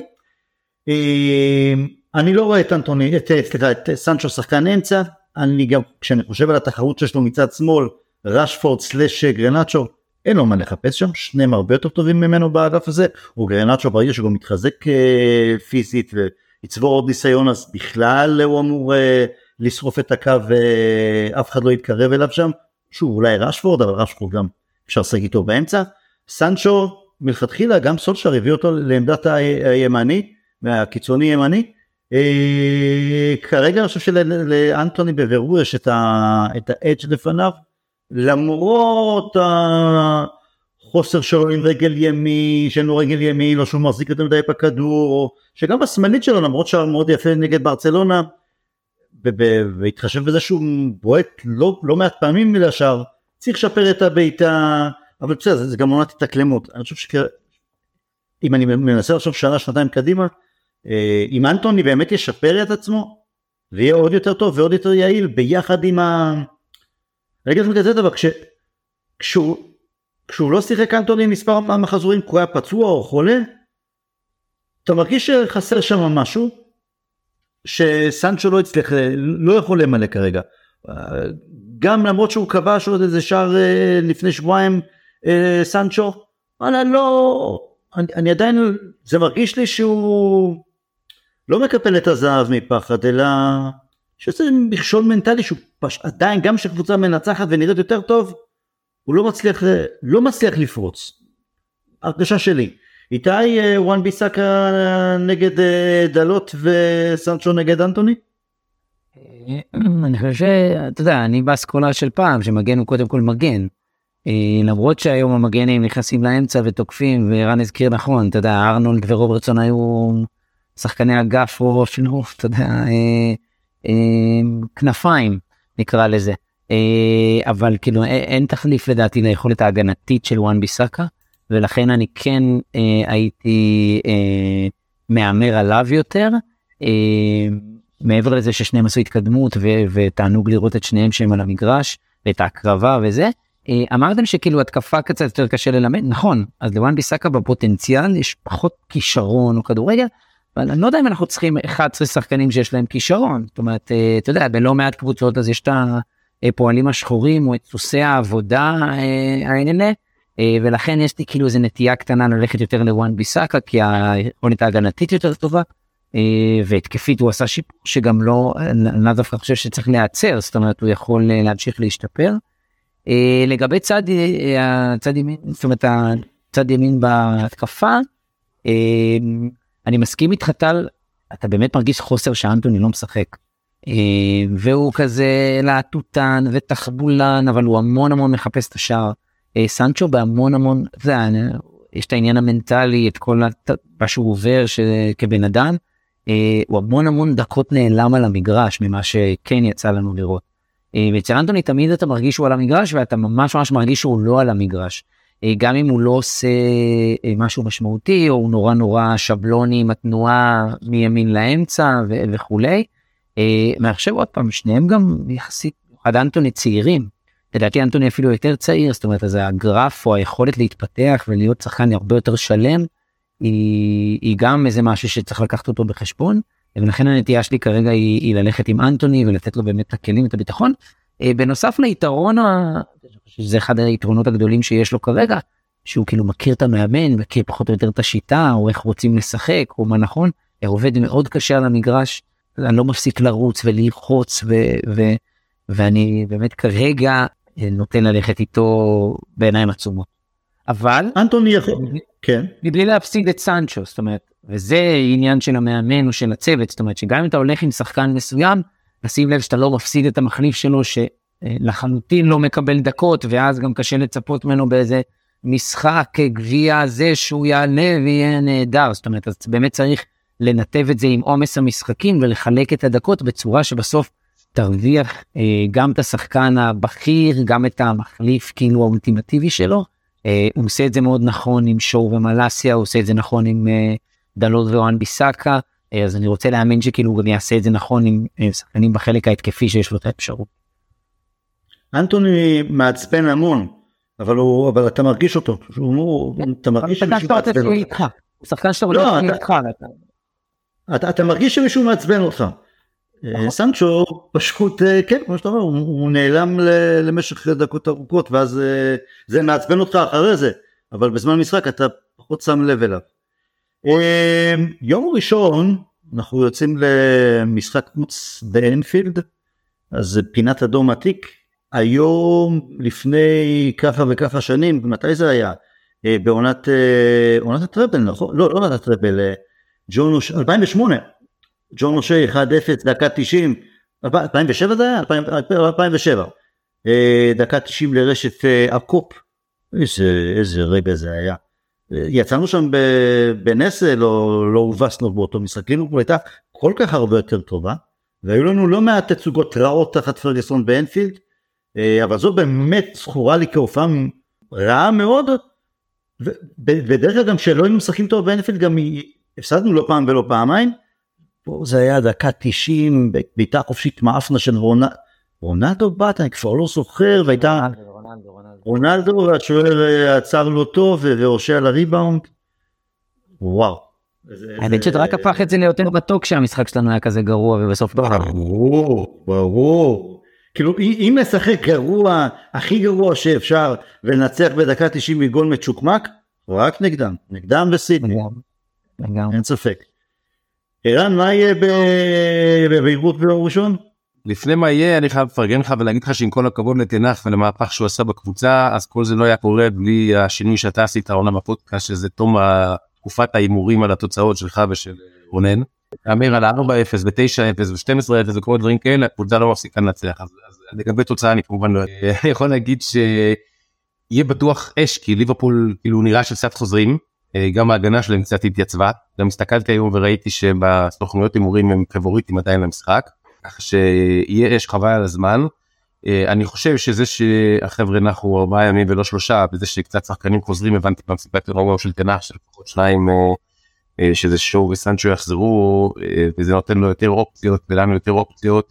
S1: אני לא רואה את אנטוני, את, סליחה, את סנצ'ו שחקן אמצע, אני גם, כשאני חושב על התחרות שיש לו מצד שמאל, רשפורד סלש גרנצ'ו, אין לו מה לחפש שם, שניהם הרבה יותר טובים ממנו באגף הזה, וגרנצ'ו ברגע שגם מתחזק פיזית, ויצבור עוד ניסיון, אז בכלל הוא אמור לשרוף את הקו, ואף אחד לא יתקרב אליו שם, שוב אולי רשפורד, אבל רשפורד גם אפשר לשחק איתו באמצע. סנצ'ו מלכתחילה, גם סולשר הביא אותו לעמדת הימני, מהקיצוני ימני, כרגע אני חושב שלאנטוני בבירור יש את האדג' לפניו, למרות החוסר שלו עם רגל ימי, שאין לו רגל ימי, לא שהוא מחזיק יותר מדי בכדור, שגם בסמנית שלו, למרות שהוא מאוד יפה נגד ברצלונה, והתחשב בזה שהוא בועט לא, לא מעט פעמים מלשאר, צריך לשפר את הביתה, אבל בסדר, זה, זה גם עונת התאקלמות. אני חושב שאם אני מנסה לחשוב שנה, שנתיים קדימה, אם אנטוני באמת ישפר את עצמו, ויהיה עוד יותר טוב ועוד יותר יעיל, ביחד עם ה... רגע, זה כזה דבר, כש... כשהוא... כשהוא לא שיחק אנטוני מספר מחזורים, כי הוא היה פצוע או חולה, אתה מרגיש שחסר שם משהו, שסנצ'ו לא הצליח, לא יכול למלא כרגע. גם למרות שהוא כבש עוד איזה שער לפני שבועיים, סנצ'ו, אבל לא, אני, אני עדיין, זה מרגיש לי שהוא לא מקפל את הזהב מפחד, אלא שזה מכשול מנטלי, שהוא פש... עדיין גם שקבוצה מנצחת ונראית יותר טוב, הוא לא מצליח, לא מצליח לפרוץ. הרגשה שלי. איתי, וואן ביסאקה נגד דלות וסנצ'ו נגד אנטוני?
S2: אני חושב שאתה יודע, אני באסכולה של פעם, שמגן הוא קודם כל מגן. למרות שהיום המגנים נכנסים לאמצע ותוקפים, ורן הזכיר נכון, אתה יודע, ארנולד ורוברטסון היו שחקני אגף, או אפילו, אתה יודע, כנפיים נקרא לזה. אבל כאילו אין תחליף לדעתי ליכולת ההגנתית של וואן ביסאקה, ולכן אני כן אה, הייתי אה, מאמר עליו יותר, אה, מעבר לזה ששניהם עשו התקדמות ו- ותענוג לראות את שניהם שהם על המגרש, ואת ההקרבה וזה. אה, אמרתם שכאילו התקפה קצת יותר קשה ללמד, נכון, אז לוואן ביסאקה בפוטנציאל יש פחות כישרון או כדורגל, אבל אני לא יודע אם אנחנו צריכים אחד עשר שחקנים שיש להם כישרון, זאת אומרת, אה, אתה יודע, בלא מעט קבוצות אז יש את הפועלים השחורים או את סוסי העבודה האלה, ולכן יש לי כאילו איזה נטייה קטנה ללכת יותר לוואן ביסאקה, כי העונת ההגנתית יותר טובה, והתקפית הוא עשה שיפור שגם לא, אני דווקא חושב שצריך להיעצר, זאת אומרת הוא יכול להמשיך להשתפר. לגבי צד, צד ימין, זאת אומרת הצד ימין בהתקפה, אני מסכים איתך טל, אתה באמת מרגיש חוסר שאנטוני לא משחק, והוא כזה להטוטן ותחבולן, אבל הוא המון המון מחפש את השער. סנצ'ו בהמון המון, זה, יש את העניין המנטלי, את כל מה שהוא עובר כבן אדם, הוא המון המון דקות נעלם על המגרש, ממה שכן יצא לנו לראות. ואצל אנטוני תמיד אתה מרגיש שהוא על המגרש, ואתה ממש ממש מרגיש שהוא לא על המגרש. גם אם הוא לא עושה משהו משמעותי, או הוא נורא נורא שבלוני עם התנועה מימין לאמצע וכולי. אני חושב עוד פעם, שניהם גם יחסית במיוחד אנטוני צעירים, לדעתי אנטוני אפילו יותר צעיר, זאת אומרת, אז הגרף או היכולת להתפתח ולהיות שחקן הרבה יותר שלם, היא, היא גם איזה משהו שצריך לקחת אותו בחשבון, ולכן הנטייה שלי כרגע היא, היא ללכת עם אנטוני ולתת לו באמת את הכלים, את הביטחון. בנוסף ליתרון, שזה אחד היתרונות הגדולים שיש לו כרגע, שהוא כאילו מכיר את המאמן, מכיר פחות או יותר את השיטה, או איך רוצים לשחק, או מה נכון, הוא עובד מאוד קשה על המגרש, אני לא מפסיק לרוץ וללחוץ, ו- ו- ואני באמת כרגע נותן ללכת איתו בעיניים עצומות. אבל,
S1: אנטוני יכול, כן.
S2: מבלי להפסיד את סנצ'ו, זאת אומרת, וזה עניין של המאמן או של הצוות, זאת אומרת שגם אם אתה הולך עם שחקן מסוים, נשים לב שאתה לא מפסיד את המחליף שלו, שלחלוטין לא מקבל דקות, ואז גם קשה לצפות ממנו באיזה משחק גביע הזה שהוא יעלה ויהיה נהדר, זאת אומרת, אז באמת צריך לנתב את זה עם עומס המשחקים, ולחלק את הדקות בצורה שבסוף תרוויח אה, גם את השחקן הבכיר, גם את המחליף כאילו האולטימטיבי שלו, אה, הוא עושה את זה מאוד נכון עם שואו ומלאסיה, הוא עושה את זה נכון עם אה, דלות ואוהן ביסאקה, אה, אז אני רוצה להאמין שכאילו הוא יעשה את זה נכון עם אה, שחקנים בחלק ההתקפי שיש לו את האפשרות.
S1: אנטוני מעצבן המון, אבל, הוא, אבל אתה מרגיש אותו, הוא, אתה מרגיש שמישהו מעצבן אותך.
S2: הוא שחקן שאתה רוצה להגיד איתך.
S1: אתה, אתה מרגיש שמישהו מעצבן אותך. סנצ'ו פשוט, כן, כמו שאתה אומר, הוא, הוא נעלם למשך דקות ארוכות, ואז זה מעצבן אותך אחרי זה, אבל בזמן משחק אתה פחות שם לב אליו. יום ראשון, אנחנו יוצאים למשחק חוץ באנפילד, אז פינת אדום עתיק, היום לפני ככה וככה שנים, מתי זה היה? בעונת עונת הטראבל, נכון? לא, לא עונת הטראבל, ג'ון אושי, אלפיים ושמונה, ג'ון אושי אחד אפס, דקה תשעים, אלפיים ושבע זה היה? אלפיים ושבע, דקה תשעים לרשת הקופ, איזה, איזה רגע זה היה. יצאנו שם בנסה, לא, לא הובסנו באותו משחק, כאילו הוא הייתה כל כך הרבה יותר טובה, והיו לנו לא מעט תצוגות רעות תחת פרגוסון באנפילד, אבל זו באמת זכורה לי כהופעה רעה מאוד, ודרך כלל גם שלא היינו משחקים טוב באנפילד, גם הפסדנו לא פעם ולא פעמיים, פה זה היה דקה תשעים, בעיטה חופשית מאפנה של רונלדו בת, אני כבר לא זוכר, והייתה רונלדו, והשוער עצר לו טוב, והושע לריבאונד, וואו.
S2: האמת שזה רק הפך את זה ליותר מתוק שהמשחק שלנו היה כזה גרוע, ובסוף לא.
S1: ברור, ברור. כאילו אם נשחק גרוע, הכי גרוע שאפשר, ולנצח בדקה תשעים מגול מצ'וקמק, רק נגדם, נגדם וסידני. אין ספק. ערן, מה יהיה בביירות ביום ראשון?
S3: לפני מה יהיה, אני חייב לפרגן לך ולהגיד לך שעם כל הכבוד לתנח ולמהפך שהוא עשה בקבוצה, אז כל זה לא היה קורה בלי השינוי שאתה עשית העונה בפודקאסט, שזה תום תקופת האימורים על התוצאות שלך ושל רונן. אמר על ארבע אפס ו-תשע אפס ו-שתים עשרה אפס וכל דברים כאלה, הקבוצה לא מפסיקה לנצח, אז, אז לגבי תוצאה אני כמובן לא אני יכול להגיד שיהיה בטוח אש, כי ליברפול כאילו נראה שקצת חוזרים, גם ההגנה שלהם קצת התייצבה, גם הסתכלתי היום וראיתי שבסוכנויות הימורים הם פבוריטים עדיין למשחק, כך שיהיה אש חבל על הזמן. אני חושב שזה שהחבר'ה נחו ארבעה ימים ולא שלושה, בזה שקצת שחקנים חוזרים, הבנתי במסיבת רוגו של תנח של לפחות שניים, שזה שואו וסנצ'ו יחזרו, וזה נותן לו יותר אופציות ולנו יותר אופציות.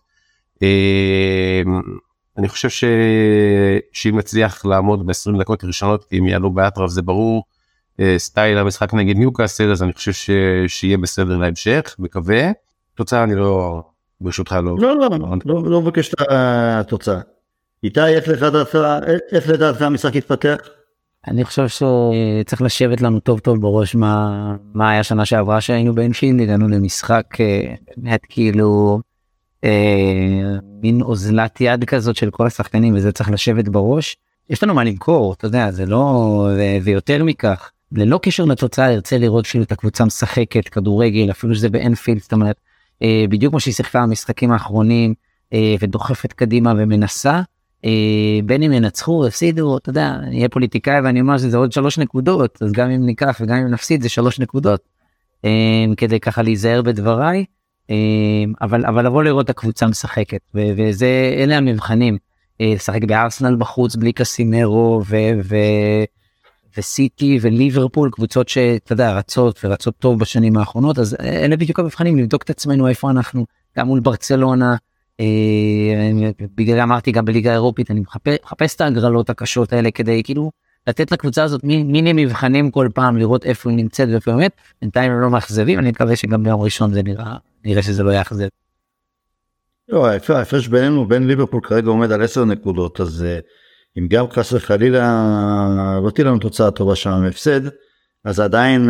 S3: אני חושב ש... שאם מצליח לעמוד ב-עשרים דקות ראשונות, אם יעלו באטרף זה ברור, סטייל המשחק נגד ניוקאסל, אז אני חושב ש... שיהיה בסדר להמשך, מקווה. תוצאה אני לא, ברשותך לא...
S1: לא, לא, לא, לא מבקש את התוצאה. איתי, איך לדעתך המשחק יתפתח?
S2: אני חושב שצריך לשבת לנו טוב טוב בראש מה, מה היה שנה שעברה שהיינו באנפילד, הגענו למשחק באמת כאילו אה, מין אוזלת יד כזאת של כל השחקנים, וזה צריך לשבת בראש. יש לנו מה למכור, אתה יודע, זה לא, זה, זה יותר מכך. ללא קשר לתוצאה, ארצה לראות כאילו את הקבוצה משחקת, כדורגל, אפילו שזה באנפילד, זאת אומרת, אה, בדיוק כמו שהיא שיחקה במשחקים האחרונים, אה, ודוחפת קדימה ומנסה, בין אם ינצחו, הפסידו, אתה יודע, אני אהיה פוליטיקאי ואני אומר שזה עוד שלוש נקודות, אז גם אם ניקח וגם אם נפסיד זה שלוש נקודות, כדי ככה להיזהר בדבריי, אבל, אבל לבוא לראות את הקבוצה משחקת, וזה, אלה המבחנים, לשחק בארסנל בחוץ בלי קסימרו, ו, ו, וסיטי וליברפול, קבוצות שאתה יודע, רצות ורצות טוב בשנים האחרונות, אז אלה בדיוק המבחנים, לבדוק את עצמנו איפה אנחנו, גם מול ברצלונה, בגלל אמרתי גם בליגה האירופית, אני מחפש את ההגרלות הקשות האלה כדי כאילו לתת לקבוצה הזאת מיני מבחנים כל פעם, לראות איפה היא נמצאת ואיפה היא באמת, בינתיים הם לא מאכזבים, אני מקווה שגם ביום ראשון זה נראה, נראה שזה לא יאכזב.
S1: לא, ההפרש בינינו, בין ליברפול כרגע עומד על עשר נקודות, אז אם גם חס וחלילה לא תהיה לנו תוצאה טובה שם מהפסד, אז עדיין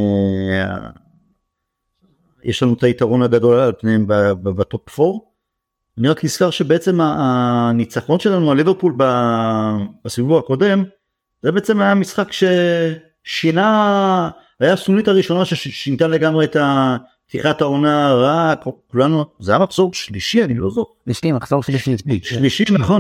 S1: יש לנו את היתרון הגדול על פניהם בטופ ארבע. אני רק נזכר שבעצם הניצחון שלנו על ליברפול בסיבוב הקודם, זה בעצם היה משחק ששינה, היה הסנונית הראשונה ששינתה לגמרי את פתיחת העונה הרעה, כולנו, זה היה מחזור שלישי, אני לא זוכר.
S2: שלישי, מחזור שלישי.
S1: שלישי, נכון.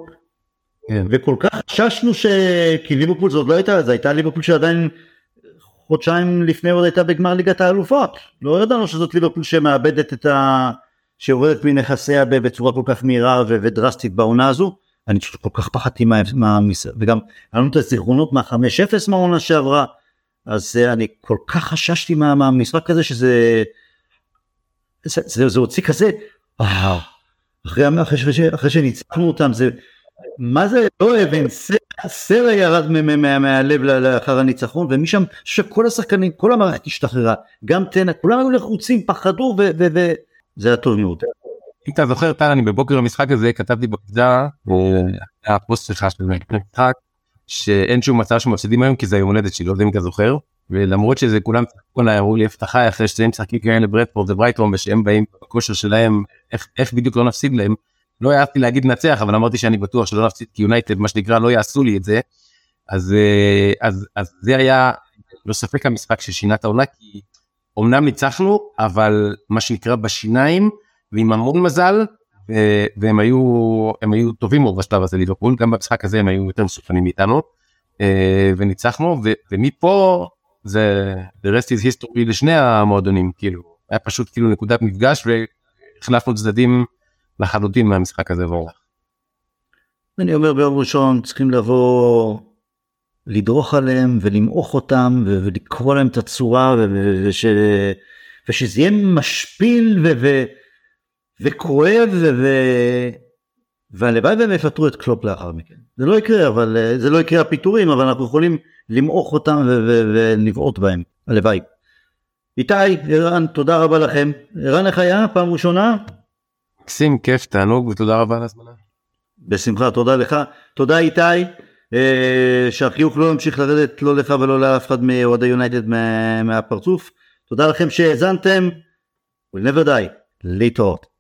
S1: וכל כך חששנו כי ליברפול זאת לא הייתה, זה הייתה ליברפול שעדיין חודשיים לפני עוד הייתה בגמר ליגת האלופות. לא ידענו שזאת ליברפול שמאבדת את ה... שיורדת מנכסיה בצורה כל כך מהירה ודרסטית בעונה הזו. אני כל כך פחדתי מהמשחק, וגם היה לנו את הזיכרונות מה-חמש אפס מהעונה שעברה, אז אני כל כך חששתי מהמשחק הזה, שזה זה, זה, זה הוציא כזה, אחרי, אחרי, אחרי שניצחנו אותם, זה, מה זה לא אבן, סרע ירד מהלב לאחר הניצחון, ומשם שכל השחקנים, כל המערכת השתחררה, גם תנה, כולם היו לחוצים, פחדו, וזה היה טוב מאוד.
S3: אם אתה זוכר, טל, אני בבוקר המשחק הזה כתבתי בקבוצה, הפוסט שלך של המשחק, שאין שום מצב שמפסידים היום, כי זה היום הולדת שלי, לא יודע אם אתה זוכר, ולמרות שזה כולם אמרו לי הבטחה, אחרי שהם משחקים כאלה ברנטפורד וברייטון, ושהם באים בכושר שלהם, איך, איך בדיוק לא נפסיד להם, לא יעשתי להגיד נצח, אבל אמרתי שאני בטוח שלא נפסיד, כי יונייטד, מה שנקרא, לא יעשו לי את זה, אז, אז, אז זה היה, לא ספק המשחק ששינה את העונה, כי אמנם ניצחנו, אבל מה שנקרא בשיניים, ועם המון מזל, והם היו, הם היו טובים מאוד בשלב הזה ליברפול, גם במשחק הזה הם היו יותר מסופנים מאיתנו, וניצחנו, ומפה זה, the rest is history לשני המועדונים, כאילו, היה פשוט כאילו נקודת מפגש, והחלפנו צדדים לחלוטין מהמשחק הזה ואורח.
S1: אני אומר ביום ראשון, צריכים לבוא, לדרוך עליהם, ולמעוך אותם, ולקרוא להם את הצורה, ושזה יהיה משפיל, ו... וכואב, ו... והלוואי והם יפטרו את קלופ לאחר מכן. זה לא יקרה, אבל זה לא יקרה הפיטורים, אבל אנחנו יכולים למעוך אותם ו... ו... ולבעוט בהם. הלוואי. איתי, ערן, תודה רבה לכם. ערן, איך היה? פעם ראשונה?
S3: מקסים, כיף, תענוג, ותודה רבה על הזמנה.
S1: בשמחה, תודה לך. תודה איתי, שהחיוך לא ימשיך לרדת לא לך ולא לאף אחד מאוהדי יונייטד מהפרצוף. תודה לכם שהאזנתם. We'll never die. להתראות.